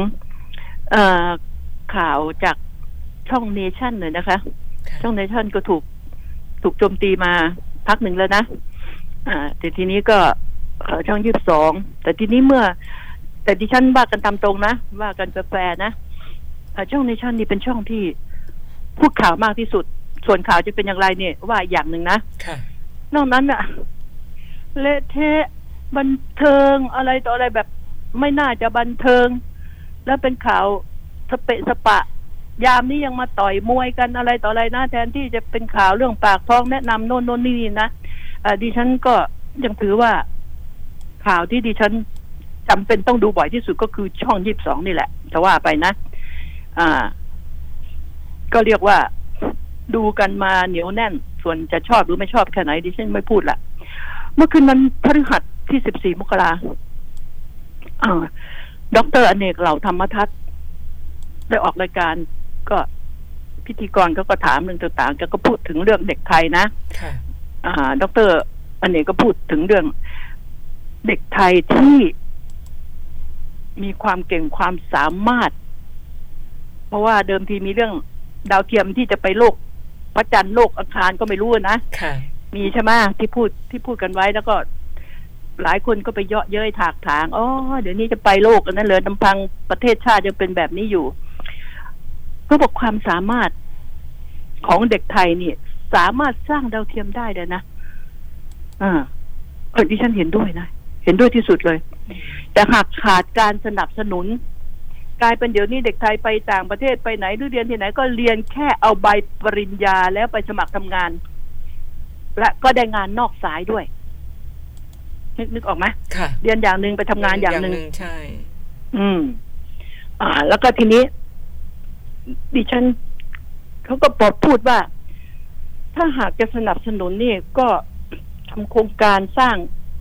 ข่าวจากช่องเนชั่นเลยนะคะช่องเนชั่นก็ถูกถูกโจมตีมาพักหนึ่งแล้วนะอ่าแต่ทีนี้ก็ช่องยี่สิบสองแต่ทีนี้เมื่อแต่ดิฉันว่ากันตามตรงนะว่ากันแฟร์ๆนะช่องเนชั่นนี่เป็นช่องที่พูดข่าวมากที่สุดส่วนข่าวจะเป็นอย่างไรเนี่ยว่าอย่างหนึ่งนะนอกนั้นอะเละเทะบันเทิงอะไรต่ออะไรแบบไม่น่าจะบันเทิงแล้วเป็นข่าวสเปะสปะยามนี้ยังมาต่อยมวยกันอะไรต่ออะไรนะแทนที่จะเป็นข่าวเรื่องปากท้องแนะนำโน่นโน่นนี่นะอ่าดิฉันก็ยังถือว่าข่าวที่ดิฉันจำเป็นต้องดูบ่อยที่สุดก็คือช่องยี่สิบสองนี่แหละจะว่าไปนะอ่าก็เรียกว่าดูกันมาเหนียวแน่นส่วนจะชอบหรือไม่ชอบแค่ไหนดิฉันไม่พูดละเมื่อคืนวันพฤหัสที่สิบสี่มกราอ่าดร.อเนกเหล่าธรรมทัศน์ได้ออกรายการก็พิธีกรก็ก็ถามเรื่องต่างๆแกก็พูดถึงเรื่องเด็กไทยนะอ่าดร.อเนกก็พูดถึงเรื่องเด็กไทยที่มีความเก่งความสามารถเพราะว่าเดิมทีมีเรื่องดาวเทียมที่จะไปโลกพระจันทร์โลกอังคารก็ไม่รู้นะมีใช่ไหมที่พูดที่พูดกันไว้แล้วก็หลายคนก็ไปเยาะเย้ยถากถางอ๋อเดี๋ยวนี้จะไปโลกกันนั่นเลยลำพังประเทศชาติยังเป็นแบบนี้อยู่ก็บอกความสามารถของเด็กไทยนี่สามารถสร้างดาวเทียมได้เลยนะอ่าเออดิฉันเห็นด้วยนะเห็นด้วยที่สุดเลยแต่หากขาดการสนับสนุนกลายเป็นเดี๋ยวนี้เด็กไทยไปต่างประเทศไปไหนหรือเรียนที่ไหนก็เรียนแค่เอาใบปริญญาแล้วไปสมัครทำงานและก็ได้งานนอกสายด้วยนึกนึกออกไหมค่ะเรียนอย่างหนึ่งไปทำงานอย่างหนึ่งใช่อืมอ่าแล้วก็ทีนี้ดิฉันเขาก็บอกพูดว่าถ้าหากจะสนับสนุนนี่ก็ทำโครงการสร้าง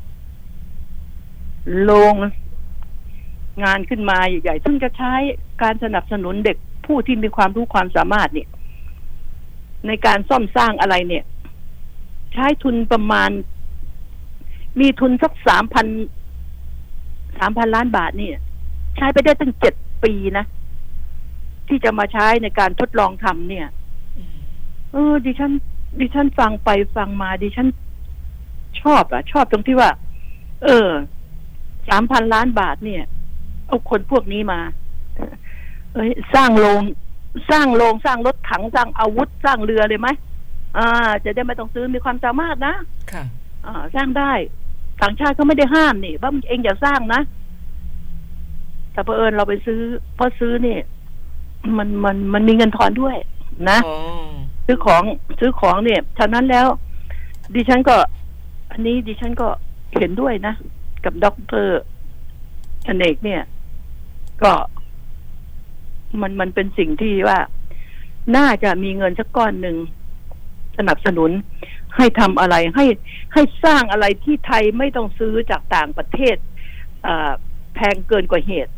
โรงงานขึ้นมาใหญ่ๆซึ่งจะใช้การสนับสนุนเด็กผู้ที่มีความรู้ความสามารถเนี่ยในการซ่อมสร้างอะไรเนี่ยใช้ทุนประมาณมีทุนสักสามพันสามพันล้านบาทนี่ใช้ไปได้ตั้งเจ็ดปีนะที่จะมาใช้ในการทดลองทำเนี่ยเออดิฉันดิฉันฟังไปฟังมาดิฉันชอบอ่ะชอบตรงที่ว่าเออสามพันล้านบาทเนี่ยเอาคนพวกนี้มาเอ้ยสร้างโรงสร้างโรงสร้างรถถังสร้างอาวุธสร้างเรือเลยไหมอ่าจะได้ไม่ต้องซื้อมีความสามารถนะค่ะอ่าสร้างได้ต่างชาติเขาไม่ได้ห้ามนี่ว่าเองอย่าสร้างนะแต่เผอิญเราไปซื้อเพราะซื้อนี่มันมันมันมีเงินทอนด้วยนะซื้อของซื้อของเนี่ยฉะนั้นแล้วดิฉันก็อันนี้ดิฉันก็เห็นด้วยนะกับดร.อเนกเนี่ยก็มันมันเป็นสิ่งที่ว่าน่าจะมีเงินสักก้อนหนึ่งสนับสนุนให้ทำอะไรให้ให้สร้างอะไรที่ไทยไม่ต้องซื้อจากต่างประเทศแพงเกินกว่าเหตุ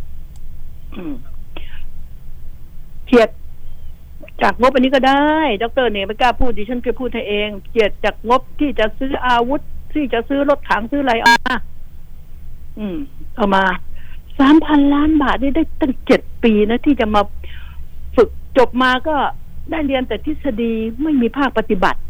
เกียรติจากงบอันนี้ก็ได้ดร.เนี่ยไม่กล้าพูดดิฉันจะพูดให้เองเกียรติจากงบที่จะซื้ออาวุธที่จะซื้อรถถังซื้ออะไรเอามาอืมเอามาสามพันล้านบาทนี่ได้ตั้งเจ็ดปีนะที่จะมาฝึกจบมาก็ได้เรียนแต่ทฤษฎีไม่มีภาคปฏิบัติ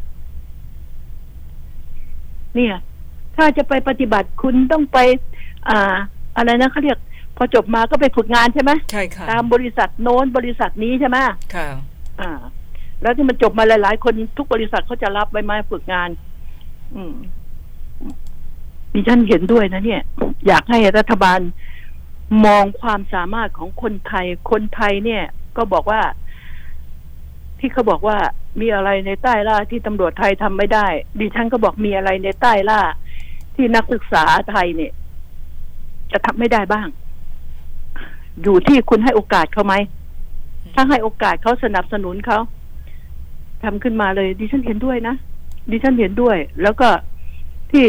เนี่ยถ้าจะไปปฏิบัติคุณต้องไปอ่าอะไรนะเขาเรียกพอจบมาก็ไปฝึกงานใช่ไหมใช่ค่ะตามบริษัทโน้นบริษัทนี้ใช่ไหมค่ะอ่าแล้วที่มันจบมาหลายๆคนทุกบริษัทเขาจะรับใบไม้ฝึกงานอืมดิฉันเห็นด้วยนะเนี่ยอยากให้รัฐบาลมองความสามารถของคนไทยคนไทยเนี่ยก็บอกว่าที่เขาบอกว่ามีอะไรในใต้ล่าที่ตำรวจไทยทำไม่ได้ดิฉันก็บอกมีอะไรในใต้ล่าที่นักศึกษาไทยเนี่ยจะทำไม่ได้บ้างอยู่ที่คุณให้โอกาสเขาไหมถ้าให้โอกาสเขาสนับสนุนเขาทำขึ้นมาเลยดิฉันเห็นด้วยนะดิฉันเห็นด้วยแล้วก็ที่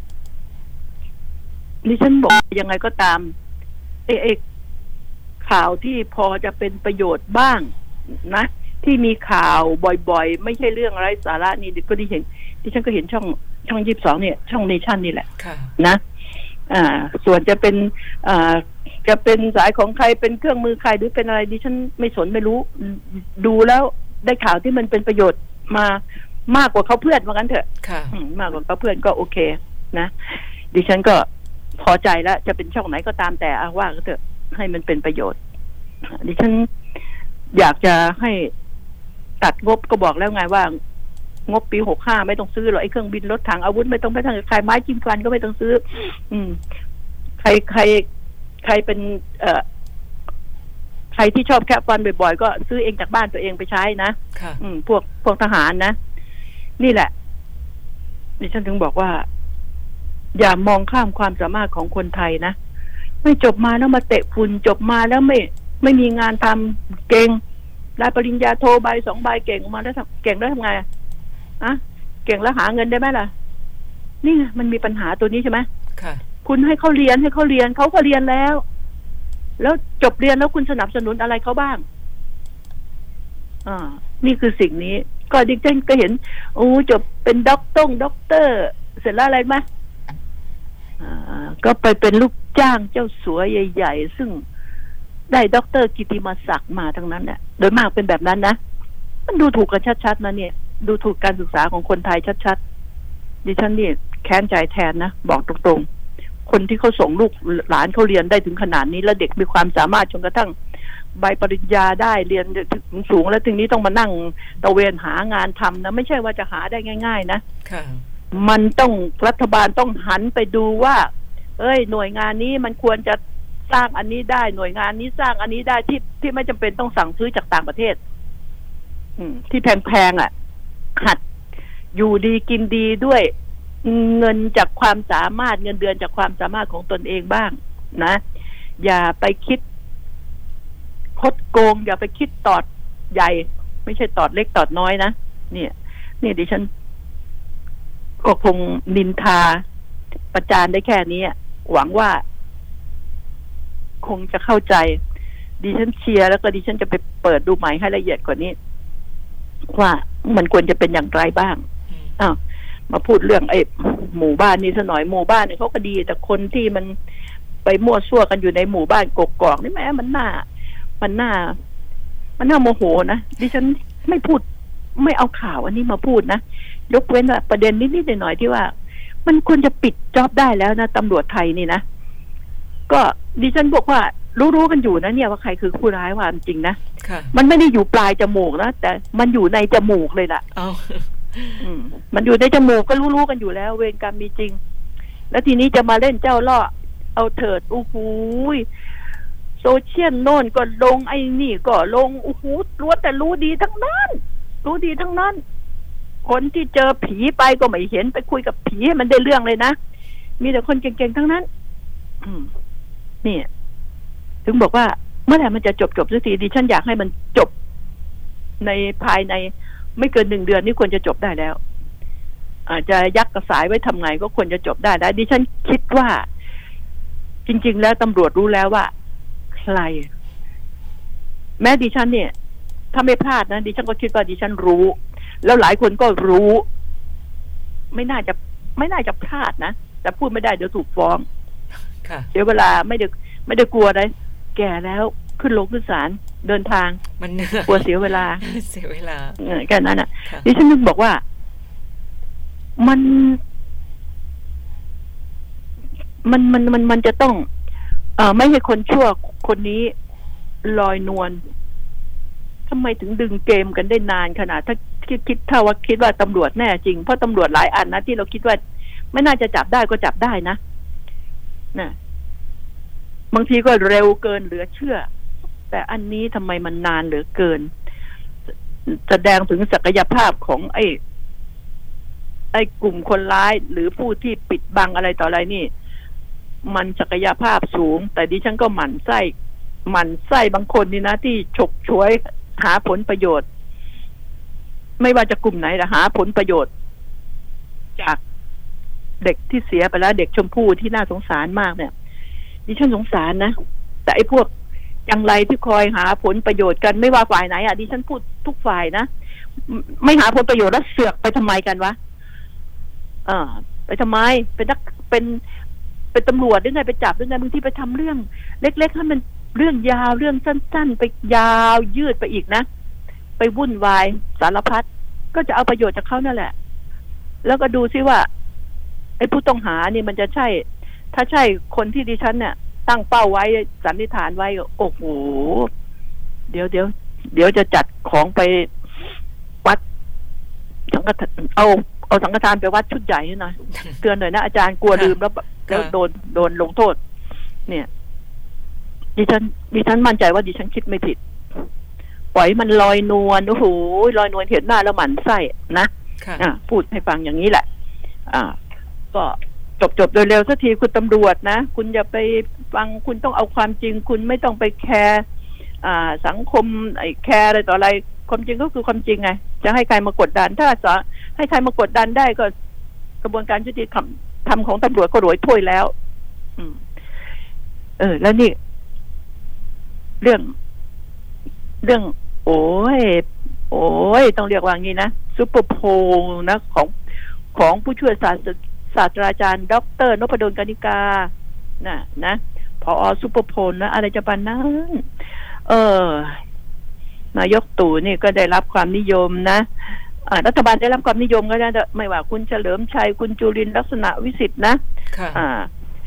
ดิฉันบอกยังไงก็ตามเอเอข่าวที่พอจะเป็นประโยชน์บ้างนะที่มีข่าวบ่อยๆไม่ใช่เรื่องไร้สาระนี่ก็ดิเห็นดิฉันก็เห็นช่องช่องยี่สิบสองเนี่ยช่องเนชั่นนี่แหละนะอ่าส่วนจะเป็นอ่าจะเป็นสายของใครเป็นเครื่องมือใครหรือเป็นอะไรดิฉันไม่สนไม่รู้ดูแล้วได้ข่าวที่มันเป็นประโยชน์มามากกว่าเขาเพื่อนว่างั้นเถอะมากกว่าเขาเพื่อนก็โอเคนะดิฉันก็พอใจแล้วจะเป็นช่องไหนก็ตามแต่อาว่าก็เถอะให้มันเป็นประโยชน์ดิฉันอยากจะให้ตัดงบก็บอกแล้วไงว่างบปีหกห้าไม่ต้องซื้อหรอกไอ้เครื่องบินรถถังอาวุธไม่ต้องไปทางใครไม้จิ้มฟันก็ไม่ต้องซื้ออืมใครใครใครเป็นเอ่อใครที่ชอบแค่ฟันบ่อยๆก็ซื้อเองจากบ้านตัวเองไปใช้นะอืมพวกพวกทหารนะนี่แหละดิฉันถึงบอกว่าอย่ามองข้ามความสามารถของคนไทยนะไม่จบมาแล้วมาเตะฝุ่นจบมาแล้วไม่ไม่มีงานทำเก่งได้ปริญญาโทใบสองใบเก่งออกมาแล้วเก่งแล้วทำไงอะเก่งแล้วหาเงินได้ไหมล่ะนี่ไงมันมีปัญหาตัวนี้ใช่ไหมค่ะคุณให้เขาเรียนให้เขาเรียนเขาก็เรียนแล้วแล้วจบเรียนแล้วคุณสนับสนุนอะไรเขาบ้างอ่านี่คือสิ่งนี้ก็ดิฉันก็เห็นโอ้จบเป็นด็อกเตอร์ด็อกเตอร์เสร็จแล้วอะไรไหมอ่าก็ไปเป็นลูกจ้างเจ้าสัวใหญ่ๆซึ่งได้ด็อกเตอร์กิติมศักดิ์มาทั้งนั้นเนี่ยโดยมากเป็นแบบนั้นนะมันดูถูกกันชัดๆนะเนี่ยดูถูกการศึกษาของคนไทยชัดๆดิฉันนี่แค้นใจแทนนะบอกตรงๆคนที่เขาส่งลูกหลานเขาเรียนได้ถึงขนาดนี้แล้วเด็กมีความสามารถจนกระทั่งใบปริญญาได้เรียนถึงสูงแล้วถึงนี้ต้องมานั่งตะเวนหางานทำนะไม่ใช่ว่าจะหาได้ง่ายๆนะมันต้องรัฐบาลต้องหันไปดูว่าเอ้ยหน่วยงานนี้มันควรจะสร้างอันนี้ได้หน่วยงานนี้สร้างอันนี้ได้ที่ที่ไม่จำเป็นต้องสั่งซื้อจากต่างประเทศอืมที่แพงๆอ่ะหัดอยู่ดีกินดีด้วยเงินจากความสามารถเงินเดือนจากความสามารถของตนเองบ้างนะอย่าไปคิดคดโกงอย่าไปคิดตอดใหญ่ไม่ใช่ตอดเล็กตอดน้อยนะเนี่ยนี่ดิฉันก็คงนินทาประจานได้แค่นี้หวังว่าคงจะเข้าใจดิฉันเชียร์แล้วก็ดิฉันจะไปเปิดดูใหม่ให้ละเอียดกว่านี้ว่ามันควรจะเป็นอย่างไรบ้างอ้าวมาพูดเรื่องไอ้หมู่บ้านนี้ซะหน่อยหมู่บ้านเนี่ยเขาก็ดีแต่คนที่มันไปมั่วซั่วกันอยู่ในหมู่บ้านกกอกนี่แม้มันน่ามันน่ามันน่าโมโหนะดิฉันไม่พูดไม่เอาข่าวอันนี้มาพูดนะยกเว้นว่าประเด็นนิดๆหน่อยๆที่ว่ามันควรจะปิดจ็อบได้แล้วนะตำรวจไทยนี่นะก็ดิฉันบอกว่ารู้ๆกันอยู่นะเนี่ยว่าใครคือผู้ร้ายว่าจริงนะมันไม่ได้อยู่ปลายจมูกนะแต่มันอยู่ในจมูกเลยล่ะอืมมันอยู่ในจมูกก็รู้ๆกันอยู่แล้วเวรกรรมมีจริงแล้วทีนี้จะมาเล่นเจ้าล่อเอาเถิดโอ้โหโซเชียลโน่นก็ลงไอ้นี่ก็ลงโอ้โหรู้แต่รู้ดีทั้งนั้นรู้ดีทั้งนั้นคนที่เจอผีไปก็ไม่เห็นไปคุยกับผีให้มันได้เรื่องเลยนะมีแต่คนเก่งๆทั้งนั้นอืมนี่ถึงบอกว่าเมื่อไหร่มันจะจบจบสักทีดิฉันอยากให้มันจบในภายในไม่เกินหนึ่งเดือนนี่ควรจะจบได้แล้วอาจจะยักกระสายไว้ทำไงก็ควรจะจบได้แล้วดิฉันคิดว่าจริงๆแล้วตำรวจรู้แล้วว่าใครแม้ดิฉันเนี่ยถ้าไม่พลาดนะดิฉันก็คิดว่าดิฉันรู้แล้วหลายคนก็รู้ไม่น่าจะไม่น่าจะพลาดนะแต่พูดไม่ได้เดี๋ยวถูกฟ้องเดี๋ยวเวลาไม่ได้ไม่ได้กลัวอะไรแก่แล้วขึ้นลงขึ้นศาลเดินทางมันกลัวเสียเวลาเสียเวลาแค่นั้นอ่ะดิฉันนึกบอกว่ามันมันมันมันมันจะต้องเอ่อไม่ให้คนชั่วคนนี้ลอยนวลทำไมถึงดึงเกมกันได้นานขนาดถ้าคิดคิดถ้าว่าคิดว่าตำรวจแน่จริงเพราะตำรวจหลายอันนะที่เราคิดว่าไม่น่าจะจับได้ก็จับได้นะนะบางทีก็เร็วเกินเหลือเชื่อแต่อันนี้ทำไมมันนานเหลือเกินแสดงถึงศักยภาพของไอ้ไอ้กลุ่มคนร้ายหรือผู้ที่ปิดบังอะไรต่ออะไรนี่มันศักยภาพสูงแต่ดิฉันก็หมั่นไส้หมั่นไส้บางคนนี่นะที่ฉกฉวยหาผลประโยชน์ไม่ว่าจะกลุ่มไหนแต่หาผลประโยชน์จากเด็กที่เสียไปแล้วเด็กชมพู่ที่น่าสงสารมากเนี่ยดิฉันสงสารนะแต่ไอ้พวกอย่างไรที่คอยหาผลประโยชน์กันไม่ว่าฝ่ายไหนอ่ะดิฉันพูดทุกฝ่ายนะไม่หาผลประโยชน์แล้วเสือกไปทำไมกันวะเออไปทำไมเป็นนักเป็นเป็นตำรวจหรือไงไปจับหรือไงบางทีไปทำเรื่องเล็กๆให้มันเรื่องยาวเรื่องสั้นๆไปยาวยืดไปอีกนะไปวุ่นวายสารพัดก็จะเอาประโยชน์จากเขานั่นแหละแล้วก็ดูซิว่าไอ้ผู้ต้องหานี่มันจะใช่ถ้าใช่คนที่ดิฉันเนี่ยตั้งเป้าไว้สันนิษฐานไว้โอ้โหเดี๋ยวเดี๋ยวเดี๋ยวจะจัดของไปวัดสังฆทานเอาเอาสังฆทานไปวัดชุดใหญ่หน่อยเตือนหน่อยนะอาจารย์กลัวลืมแล้วแล้วโดนโดนลงโทษเนี่ยดิฉันดิฉันมั่นใจว่าดิฉันคิดไม่ผิดปล่อยมันลอยนวลโอ้โหลอยนวลเห็นหน้าแล้วหมั่นไส้นะอ่าพูดให้ฟังอย่างนี้แหละอ่าก็จบจบโดยเร็วสักทีคุณตำรวจนะคุณอย่าไปฟังคุณต้องเอาความจริงคุณไม่ต้องไปแคร์อ่าสังคมไอ้แคร์อะไรต่ออะไรความจริงก็คือความจริงไงจะให้ใครมากดดันถ้าจะให้ใครมากดดันได้ก็กระบวนการยุติธรรมทำของตำรวจก็โรยถ้วยแล้วอืมเออแล้วนี่เรื่องเรื่องโอ้ยโอ้ยต้องเรียกว่างี้นะซุปเปอร์โพลนะของของผู้ช่วยศาสตราศาสตราจารย์ดร.นพดลกนิกานะนะผอ.ซุปเปอร์โพลนะอะไรจะปานนั้นเออนายกตู่นี่ก็ได้รับความนิยมนะรัฐบาลได้รับความนิยมก็ได้ไม่ว่าคุณเฉลิมชัยคุณจุรินทร์ลักษณะวิสิทธิ์นะอ่า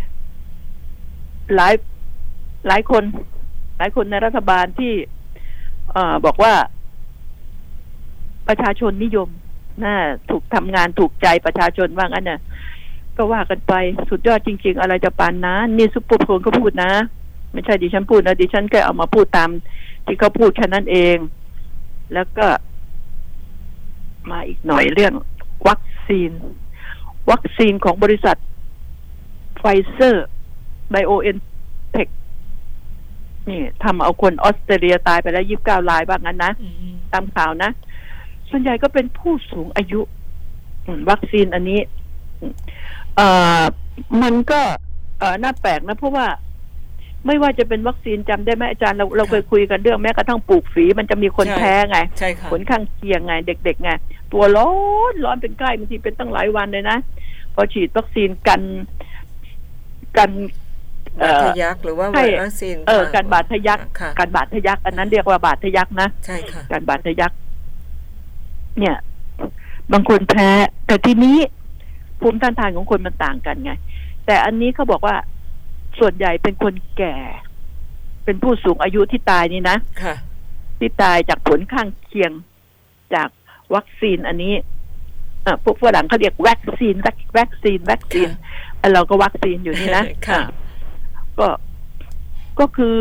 หลายหลายคนหลายคนในรัฐบาลที่อ่าบอกว่าประชาชนนิยมน่าถูกทำงานถูกใจประชาชนว่างั้นน่ะก็ว่ากันไปสุดยอดจริงๆอะไรจะปานนั้นนี่ซุปเปอร์โพลก็พูดนะไม่ใช่ดิฉันพูดนะดิฉันแค่เอามาพูดตามที่เขาพูดแค่นั้นเองแล้วก็มาอีกหน่อยเรื่องวัคซีนวัคซีนของบริษัทไฟเซอร์ไบโอเอ็นเทคนี่ทำเอาคนออสเตรเลียตายไปแล้วยี่สิบเก้ารายบ้างงั้นนะตามข่าวนะส่วนใหญ่ก็เป็นผู้สูงอายุวัคซีนอันนี้เอ่อมันก็เอ่อน่าแปลกนะเพราะว่าไม่ว่าจะเป็นวัคซีนจำได้ไหมอาจารย์เราเราเคยคุยกันเรื่องแม้กระทั่งปลูกฝีมันจะมีคนแพ้ไงผลข้างเคียงไงเด็กๆไงตัวร้อนร้อนเป็นไข้บางทีเป็นตั้งหลายวันเลยนะพอฉีดวัคซีนกันกันบาดทะยักหรือว่าวัคซีนเออการบาดทะยักการบาดทะยักอันนั้นเรียกว่าบาดทะยักนะใช่ค่ะการบาดทะยักเนี่ยบางคนแพ้แต่ทีนี้ภูมิต้านทานของคนมันต่างกันไงแต่อันนี้เขาบอกว่าส่วนใหญ่เป็นคนแก่เป็นผู้สูงอายุที่ตายนี่นะที่ตายจากผลข้างเคียงจากวัคซีนอันนี้อ่าพวกฝรั่งเขาเรียกวัคซีนวัคซีนวัคซีนเราก็วัคซีนอยู่นี่นะก็ก็คือ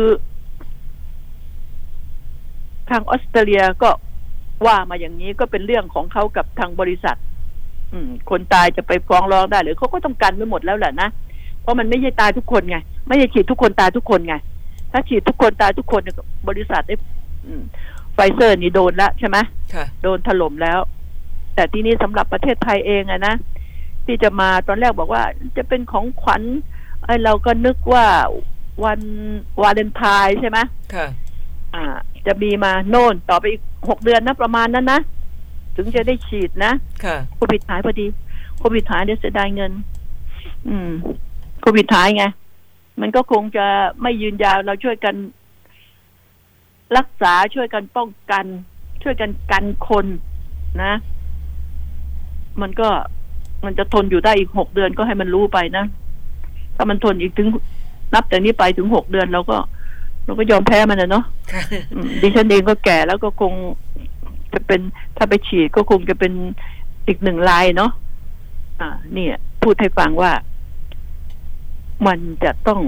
ทางออสเตรเลียก็ว่ามาอย่างนี้ก็เป็นเรื่องของเขากับทางบริษัทอืมคนตายจะไปฟ้องร้องได้หรือเขาก็ต้องกันไว้หมดแล้วแหละนะเพราะมันไม่ใช่ตายทุกคนไงไม่ใช่ฉีดทุกคนตายทุกคนไงถ้าฉีดทุกคนตายทุกคนบริษัทไอ้ไฟเซอร์นี่โดนแล้วใช่ไหมโดนถล่มแล้วแต่ที่นี้สำหรับประเทศไทยเองอะนะที่จะมาตอนแรกบอกว่าจะเป็นของขวัญไอ้เราก็นึกว่าวันวาเลนไทน์ใช่ไหมค่ะอ่าจะมีมาโน่นต่อไปอีกหกเดือนนะประมาณนั้นนะถึงจะได้ฉีดนะค่ะโควิดหายพอดีโควิดหายเดี๋ยวเสียดายเงินอืมโควิดหายไงมันก็คงจะไม่ยืนยาวเราช่วยกันรักษาช่วยกันป้องกันช่วยกันกันคนนะมันก็มันจะทนอยู่ได้อีกหกเดือนก็ให้มันรู้ไปนะถ้ามันทนอีกถึงนับแต่นี้ไปถึงหกเดือนเราก็เราก็ยอมแพ้มันนะเนาะดิฉันเองก็แก่แล้วก็คงจะเป็นถ้าไปฉีดก็คงจะเป็นอีกหนึ่งรายเนาะอ่าเนี่ยพูดให้ฟังว่ามันจะต้อง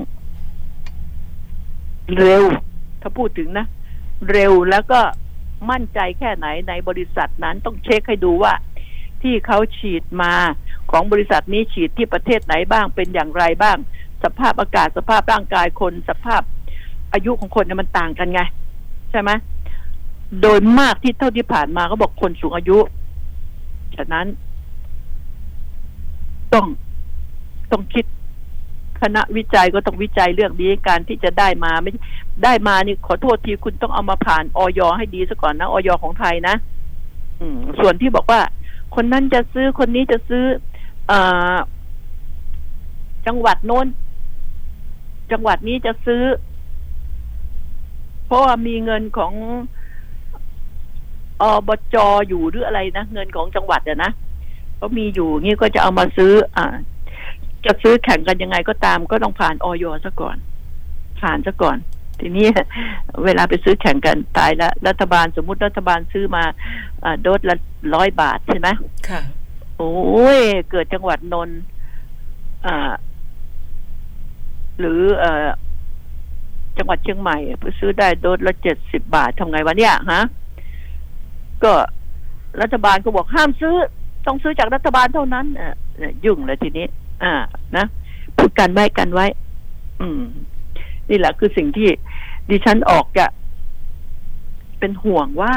เร็วถ้าพูดถึงนะเร็วแล้วก็มั่นใจแค่ไหนในบริษัทนั้นต้องเช็คให้ดูว่าที่เขาฉีดมาของบริษัทนี้ฉีดที่ประเทศไหนบ้างเป็นอย่างไรบ้างสภาพอากาศสภาพร่างกายคนสภาพอายุของคนเนี่ยมันต่างกันไงใช่ไหมโดยมากที่เท่าที่ผ่านมาก็บอกคนสูงอายุฉะนั้นต้องต้องคิดคณะวิจัยก็ต้องวิจัยเรื่องนี้การที่จะได้มาไม่ได้มานี่ขอโทษทีคุณต้องเอามาผ่านอย.ให้ดีซะก่อนนะอย.ของไทยนะอืมส่วนที่บอกว่าคนนั้นจะซื้อคนนี้จะซื้ออ่าจังหวัดโน้นจังหวัดนี้จะซื้อเพราะว่ามีเงินของอบจ.อยู่หรืออะไรนะเงินของจังหวัดอะนะก็มีอยู่งี้ก็จะเอามาซื้ออ่าจะซื้อแข่งกันยังไงก็ตามก็ต้องผ่านอย.ซะก่อนผ่านซะก่อนทีนี้เวลาไปซื้อแข่งกันตายแล้วรัฐบาลสมมุติรัฐบาลซื้อมาอ่าโดสละร้อยบาทใช่ไหมค่ะโอ้ยเกิดจังหวัดนนท์อ่าหรือเอ่อจังหวัดเชียงใหม่ไปซื้อได้โดสละเจ็ดสิบบาททำไงวะเนี่ยฮะก็รัฐบาลก็บอกห้ามซื้อต้องซื้อจากรัฐบาลเท่านั้นอ่ะยุ่งเลยทีนี้อ่านะพูดกันไว้กันไว้อืมนี่แหละคือสิ่งที่ดิฉันออกจะเป็นห่วงว่า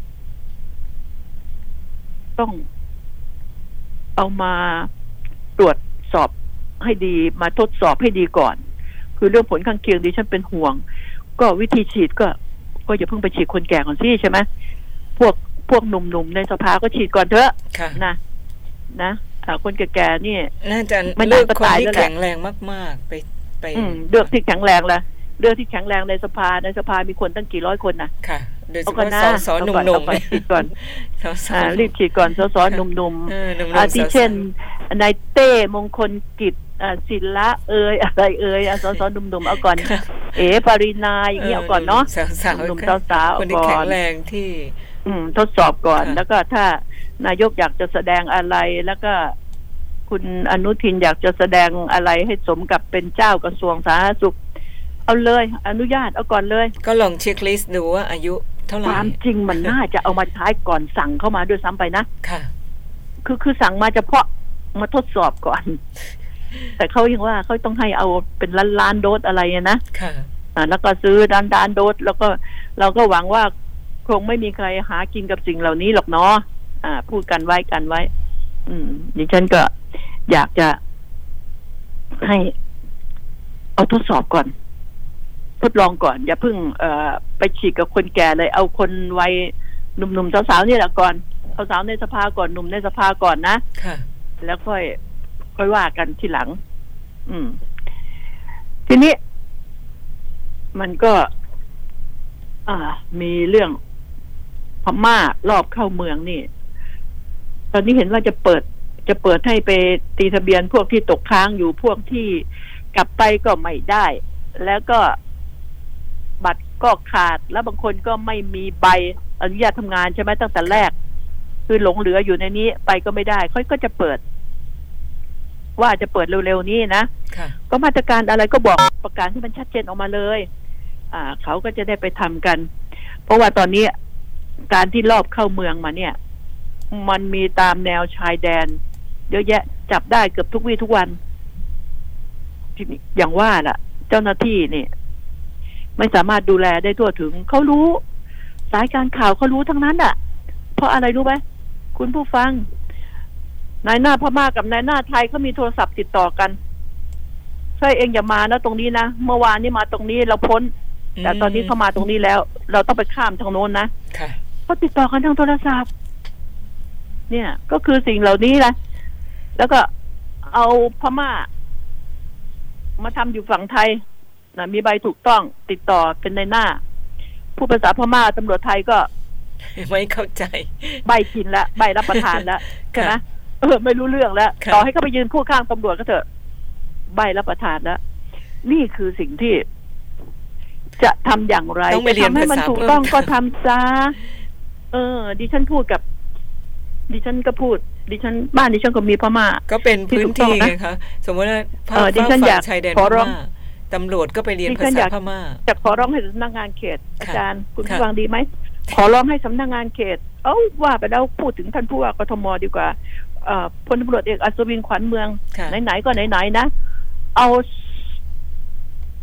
ต้องเอามาตรวจสอบให้ดีมาทดสอบให้ดีก่อนคือเรื่องผลข้างเคียงดิฉันเป็นห่วงก็วิธีฉีดก็ก็อย่าเพิ่งไปฉีดคนแก่ก่อนสิใช่ไหมพวกพวกหนุ่มๆในสภาก็ฉีดก่อนเถอะนะนะคนแก่ๆนี่น่าจะเลือกคนที่แข็งแรงมากๆไปไปเลือกที่แข็งแรงละเลือกที่แข็งแรงในสภาในสภามีคนตั้งกี่ร้อยคนนะค่ะโดยเฉพาะสสหนุ่มๆฉีดก่อนรีบฉีดก่อนสสหนุ่มๆอาทิเช่นนายเต้มงคลกิจศิละเอ่ยอะไรเอ่ยสสหนุ่มๆเอาก่อนเอ๋ปรินาอย่างนี้เอาก่อนเนาะหนุ่มๆสาวๆคนที่แข็งแรงที่ทดสอบก่อนแล้วก็ถ้านายกอยากจะแสดงอะไรแล้วก็คุณอนุทินอยากจะแสดงอะไรให้สมกับเป็นเจ้ากระทรวงสาธารณสุขเอาเลยอนุญาตเอาก่อนเลยก็ลองเช็คลิสต์ดูว่าอายุเท่าไหร่ความจริงมันน่าจะเอามาใช้ก่อนสั่งเข้ามาด้วยซ้ำไปนะค่ะคือคือสั่งมาเฉพาะมาทดสอบก่อนแต่เขายังว่าเขาต้องให้เอาเป็นล้านล้านโดสอะไรนะค่ะอ่าแล้วก็ซื้อด้านด้านโดสแล้วก็เราก็หวังว่าคงไม่มีใครหากินกับสิ่งเหล่านี้หรอกเนาะอ่าพูดกันไว้กันไว้อืมดิฉันก็อยากจะให้เอาทดสอบก่อนทดลองก่อนอย่าเพิ่งเอ่อไปฉีดกับคนแก่เลยเอาคนวัยหนุ่มๆสาวๆนี่แหละก่อนเอาสาวในสภาก่อนหนุ่มในสภาก่อนนะค่ะแล้วค่อยค่อยว่ากันทีหลังอืมทีนี้มันก็อ่ามีเรื่องพม่ารอบเข้าเมืองนี่ตอนนี้เห็นว่าจะเปิดจะเปิดให้ไปตีทะเบียนพวกที่ตกค้างอยู่พวกที่กลับไปก็ไม่ได้แล้วก็บัตรก็ขาดแล้วบางคนก็ไม่มีใบอนุญาตทำงานใช่ไหมตั้งแต่แรกคือหลงเหลืออยู่ในนี้ไปก็ไม่ได้เขาก็จะเปิดว่าจะเปิดเร็วๆนี้นะก็มาตรการอะไรก็บอกประกาศที่มันชัดเจนออกมาเลยอ่าเขาก็จะได้ไปทำกันเพราะว่าตอนนี้การที่รอบเข้าเมืองมาเนี่ยมันมีตามแนวชายแดนเยอะแยะจับได้เกือบทุกวี่ทุกวันอย่างว่าล่ะเจ้าหน้าที่นี่ไม่สามารถดูแลได้ทั่วถึงเขารู้สายการข่าวเขารู้ทั้งนั้นอ่ะเพราะอะไรรู้ไหมคุณผู้ฟังนายหน้าพม่ากับนายหน้าไทยเขามีโทรศัพท์ติดต่อกันใช่เองอย่ามานะตรงนี้นะเมื่อวานนี้มาตรงนี้เราพ้นแต่ตอนนี้เขามาตรงนี้แล้วเราต้องไปข้ามทางโน้นนะเขาติดต่อกันทางโทรศัพท์เนี่ยก็คือสิ่งเหล่านี้แหละแล้วก็เอาพม่ามาทำอยู่ฝั่งไทยนะมีใบถูกต้องติดต่อเป็นในหน้าผู้ภาษาพม่าตำรวจไทยก็ไม่เข้าใจใบกินแล้วใบรับประทานแล้วใช่ไหมเออไม่รู้เรื่องแล้วต่อให้เขาไปยืนพูดข้างตำรวจก็เถอะใบรับประทานแล้วนี่คือสิ่งที่จะทำอย่างไรจะทำให้มันถูกต้องก็ทำซะเออดิฉันพูดกับดิฉันก็พูดดิฉันบ้านดิฉันก็มีพม่าก็เป็นพื้นที่ไงคะสมมติว่าภาคฝั่งชายแดนพม่าตำรวจก็ไปเรียนภาษาพม่าจะขอร้องให้สำนักงานเขตอาจารย์คุณฟังดีไหมขอร้องให้สำนักงานเขตเอ้าว่าไปแล้วพูดถึงท่านผู้ว่ากทมดีกว่าพลตำรวจเอกอัศวินขวัญเมืองไหนๆก็ไหนๆนะเอาเข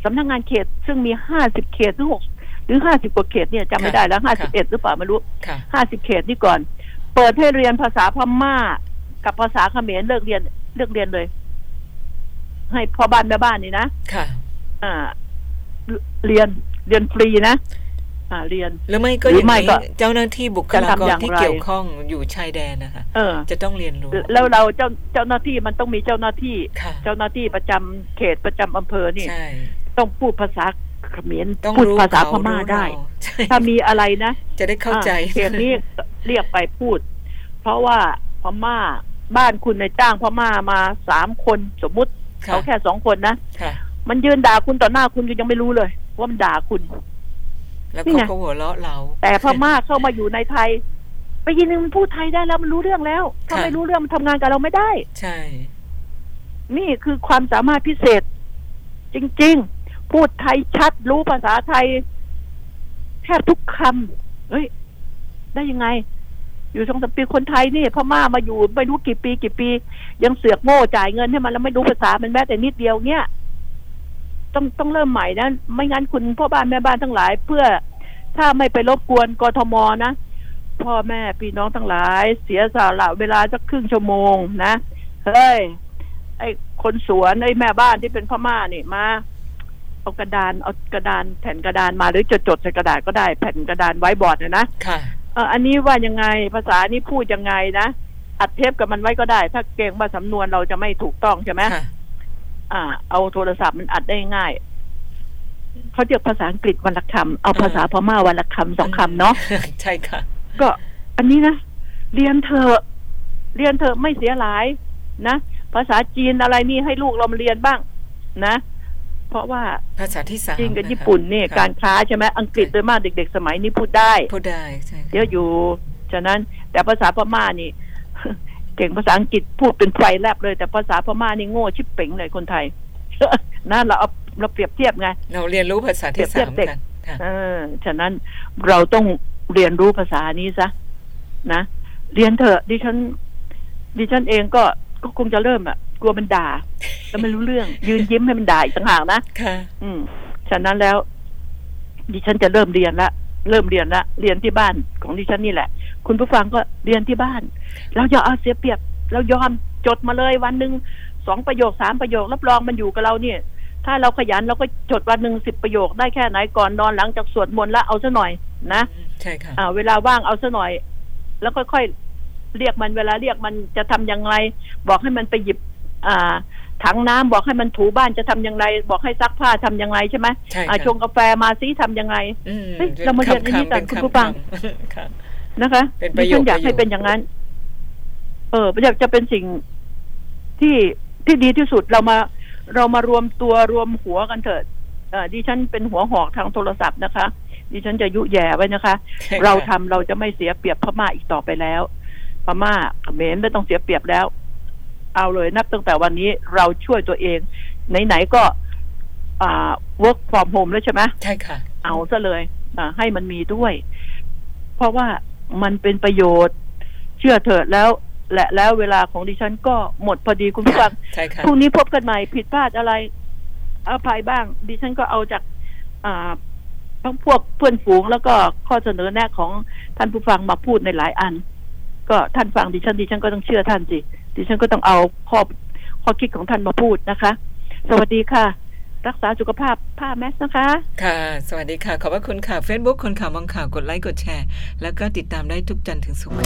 สำนักงานเขตซึ่งมีห้าสิบเขตหรือหกหรือห้าสิบกว่าเขตเนี่ยจำไม่ได้แล้วห้าสิบเอ็ดหรือเปล่าไม่รู้ห้าสิบเขตนี่ก่อนเปิดให้เรียนภาษาพม่ากับภาษาเขมรเลิกเรียนเลิกเรียนเลยให้พ่อบ้านแม่บ้านนี่นะค่ะอ่าเรียนเรียนฟรีนะอ่าเรียนหรือไม่ก็อย่างนี้เจ้าหน้าที่บุคลากรที่เกี่ยวข้องอยู่ชายแดนนะคะจะต้องเรียนรู้แล้วเราเจ้าเจ้าหน้าที่มันต้องมีเจ้าหน้าที่เจ้าหน้าที่ประจำเขตประจำอำเภอนี่ต้องพูดภาษาเขมรพูดภาษาพม่าได้ถ้ามีอะไรนะจะได้เข้าใจเขตนี้เรียกไปพูดเพราะว่าพม่าบ้านคุณในจ้างพม่ามาสามคนสมมุติเขาแค่สองคนนะมันยืนด่าคุณต่อหน้าคุณก็ยังไม่รู้เลยว่ามันด่าคุณแล้วเขาก็หัวเราะเราแต่พม่าเข้ามาอยู่ในไทยไปยินมันพูดไทยได้แล้วมันรู้เรื่องแล้วถ้าไม่รู้เรื่องมันทำงานกับเราไม่ได้ใช่นี่คือความสามารถพิเศษจริงๆพูดไทยชัดรู้ภาษาไทยแทบทุกคำเฮ้ยได้ยังไงอยู่สองสามปีคนไทยนี่พม่ามาอยู่ไม่รู้กี่ปีกี่ปียังเสือกโง่จ่ายเงินให้มันแล้วไม่รู้ภาษามันแม้แต่นิดเดียวเนี่ยต้องต้องเริ่มใหม่นะไม่งั้นคุณพ่อบ้านแม่บ้านทั้งหลายเพื่อถ้าไม่ไปรบกวนกทมนะพ่อแม่พี่น้องทั้งหลายเสียสละเวลาสักครึ่งชั่วโมงนะเฮ้ยไอ้คนสวนไอ้แม่บ้านที่เป็นพม่านี่มาเอากระดานเอากระดานแผ่นกระดานมาหรือจดจดใส่กระดาษก็ได้แผ่นกระดานไว้บอร์ดเนี่ยนะค่ะเอออันนี้ว่ายังไงภาษานี้พูดยังไงนะอัดเทปกับมันไว้ก็ได้ถ้าเก่งว่าสำนวนเราจะไม่ถูกต้องใช่ไหมอ่าเอาโทรศัพท์มันอัดได้ง่ายเขาเรียกภาษาอังกฤษวันละคำเอาภาษาพม่าวันละคำสองคำเนาะใช่ค่ะก็อันนี้นะเรียนเธอเรียนเธอไม่เสียหลายนะภาษาจีนอะไรนี่ให้ลูกเราเรียนบ้างนะเพราะว่าภาษาที่สามจีนกับญี่ปุ่นนี่การค้าใช่ไหมอังกฤษโดยมากเด็กๆสมัยนี้พูดได้พูดได้ใช่เยอะอยู่ฉะนั้นแต่ภาษาพม่านี่เก่งภาษาอังกฤษพูดเป็นไฟแลบเลยแต่ภาษาพม่านี่โง่ชิบเป๋งเลยคนไทยนั่นเราเอาเราเปรียบเทียบไงเราเรียนรู้ภาษาที่สามกันเออฉะนั้นเราต้องเรียนรู้ภาษานี้ซะนะเรียนเถอะดิฉันดิฉันเองก็ก็คงจะเริ่มอ่ะกลัวมันด่าแล้วไม่รู้เรื่องยืนยิ้มให้มันด่าอีกต่างหากนะค่ะอืมฉะนั้นแล้วดิฉันจะเริ่มเรียนละเริ่มเรียนละเรียนที่บ้านของดิฉันนี่แหละคุณผู้ฟังก็เรียนที่บ้านเราอย่าเอาเสียเปรียบเรายอมจดมาเลยวันนึงสองประโยคสามประโยครับรองมันอยู่กับเราเนี่ยถ้าเราขยันเราก็จดวันนึงสิบประโยคได้แค่ไหนก่อนนอนหลังจากสวดมนต์แล้วเอาซะหน่อยนะใช่ค่ะอ่าเวลาว่างเอาซะหน่อยแล้วค่อยๆเรียกมันเวลาเรียกมันจะทำยังไงบอกให้มันไปหยิบอ่าถังน้ำบอกให้มันถูบ้านจะทำยังไงบอกให้ซักผ้าทำยังไงใช่ไหมอ่าชงกาแฟมาซิทำยังไงเฮ้ยเรามาเรียนอันนี้กันคุณผู้ฟังนะคะดิฉันอยากให้เป็นอย่างนั้นเอออยากจะเป็นสิ่งที่ที่ดีที่สุดเรามาเรามารวมตัวรวมหัวกันเถิดอ่าดิฉันเป็นหัวหอกทางโทรศัพท์นะคะดิฉันจะยุแย่ไว้นะคะเราทำเราจะไม่เสียเปรียบพม่าอีกต่อไปแล้วพม่าเขมรไม่ต้องเสียเปรียบแล้วเอาเลยนับตั้งแต่วันนี้เราช่วยตัวเองไหนๆก็อ่า work from home แล้วใช่ไหมใช่ค่ะเอาซะเลยอ่าให้มันมีด้วยเพราะว่ามันเป็นประโยชน์เชื่อเถิดแล้วและแล้วเวลาของดิฉันก็หมดพอดีคุณผู้ฟังพรุ่งนี้พบกันใหม่ผิดพลาดอะไรอภัยบ้างดิฉันก็เอาจากอ่าทั้งพวกเพื่อนฝูงแล้วก็ข้อเสนอแนะของท่านผู้ฟังมาพูดในหลายอันก็ท่านฟังดิฉันดิฉันก็ต้องเชื่อท่านสิดิฉันก็ต้องเอาข้อข้อคิดของท่านมาพูดนะคะสวัสดีค่ะรักษาสุขภาพผ้าแมสนะคะค่ะสวัสดีค่ะขอบพระคุณค่ะ Facebook คนข่าวมองข่าวกดไลค์กดแชร์แล้วก็ติดตามได้ทุกจันทร์ถึงศุกร์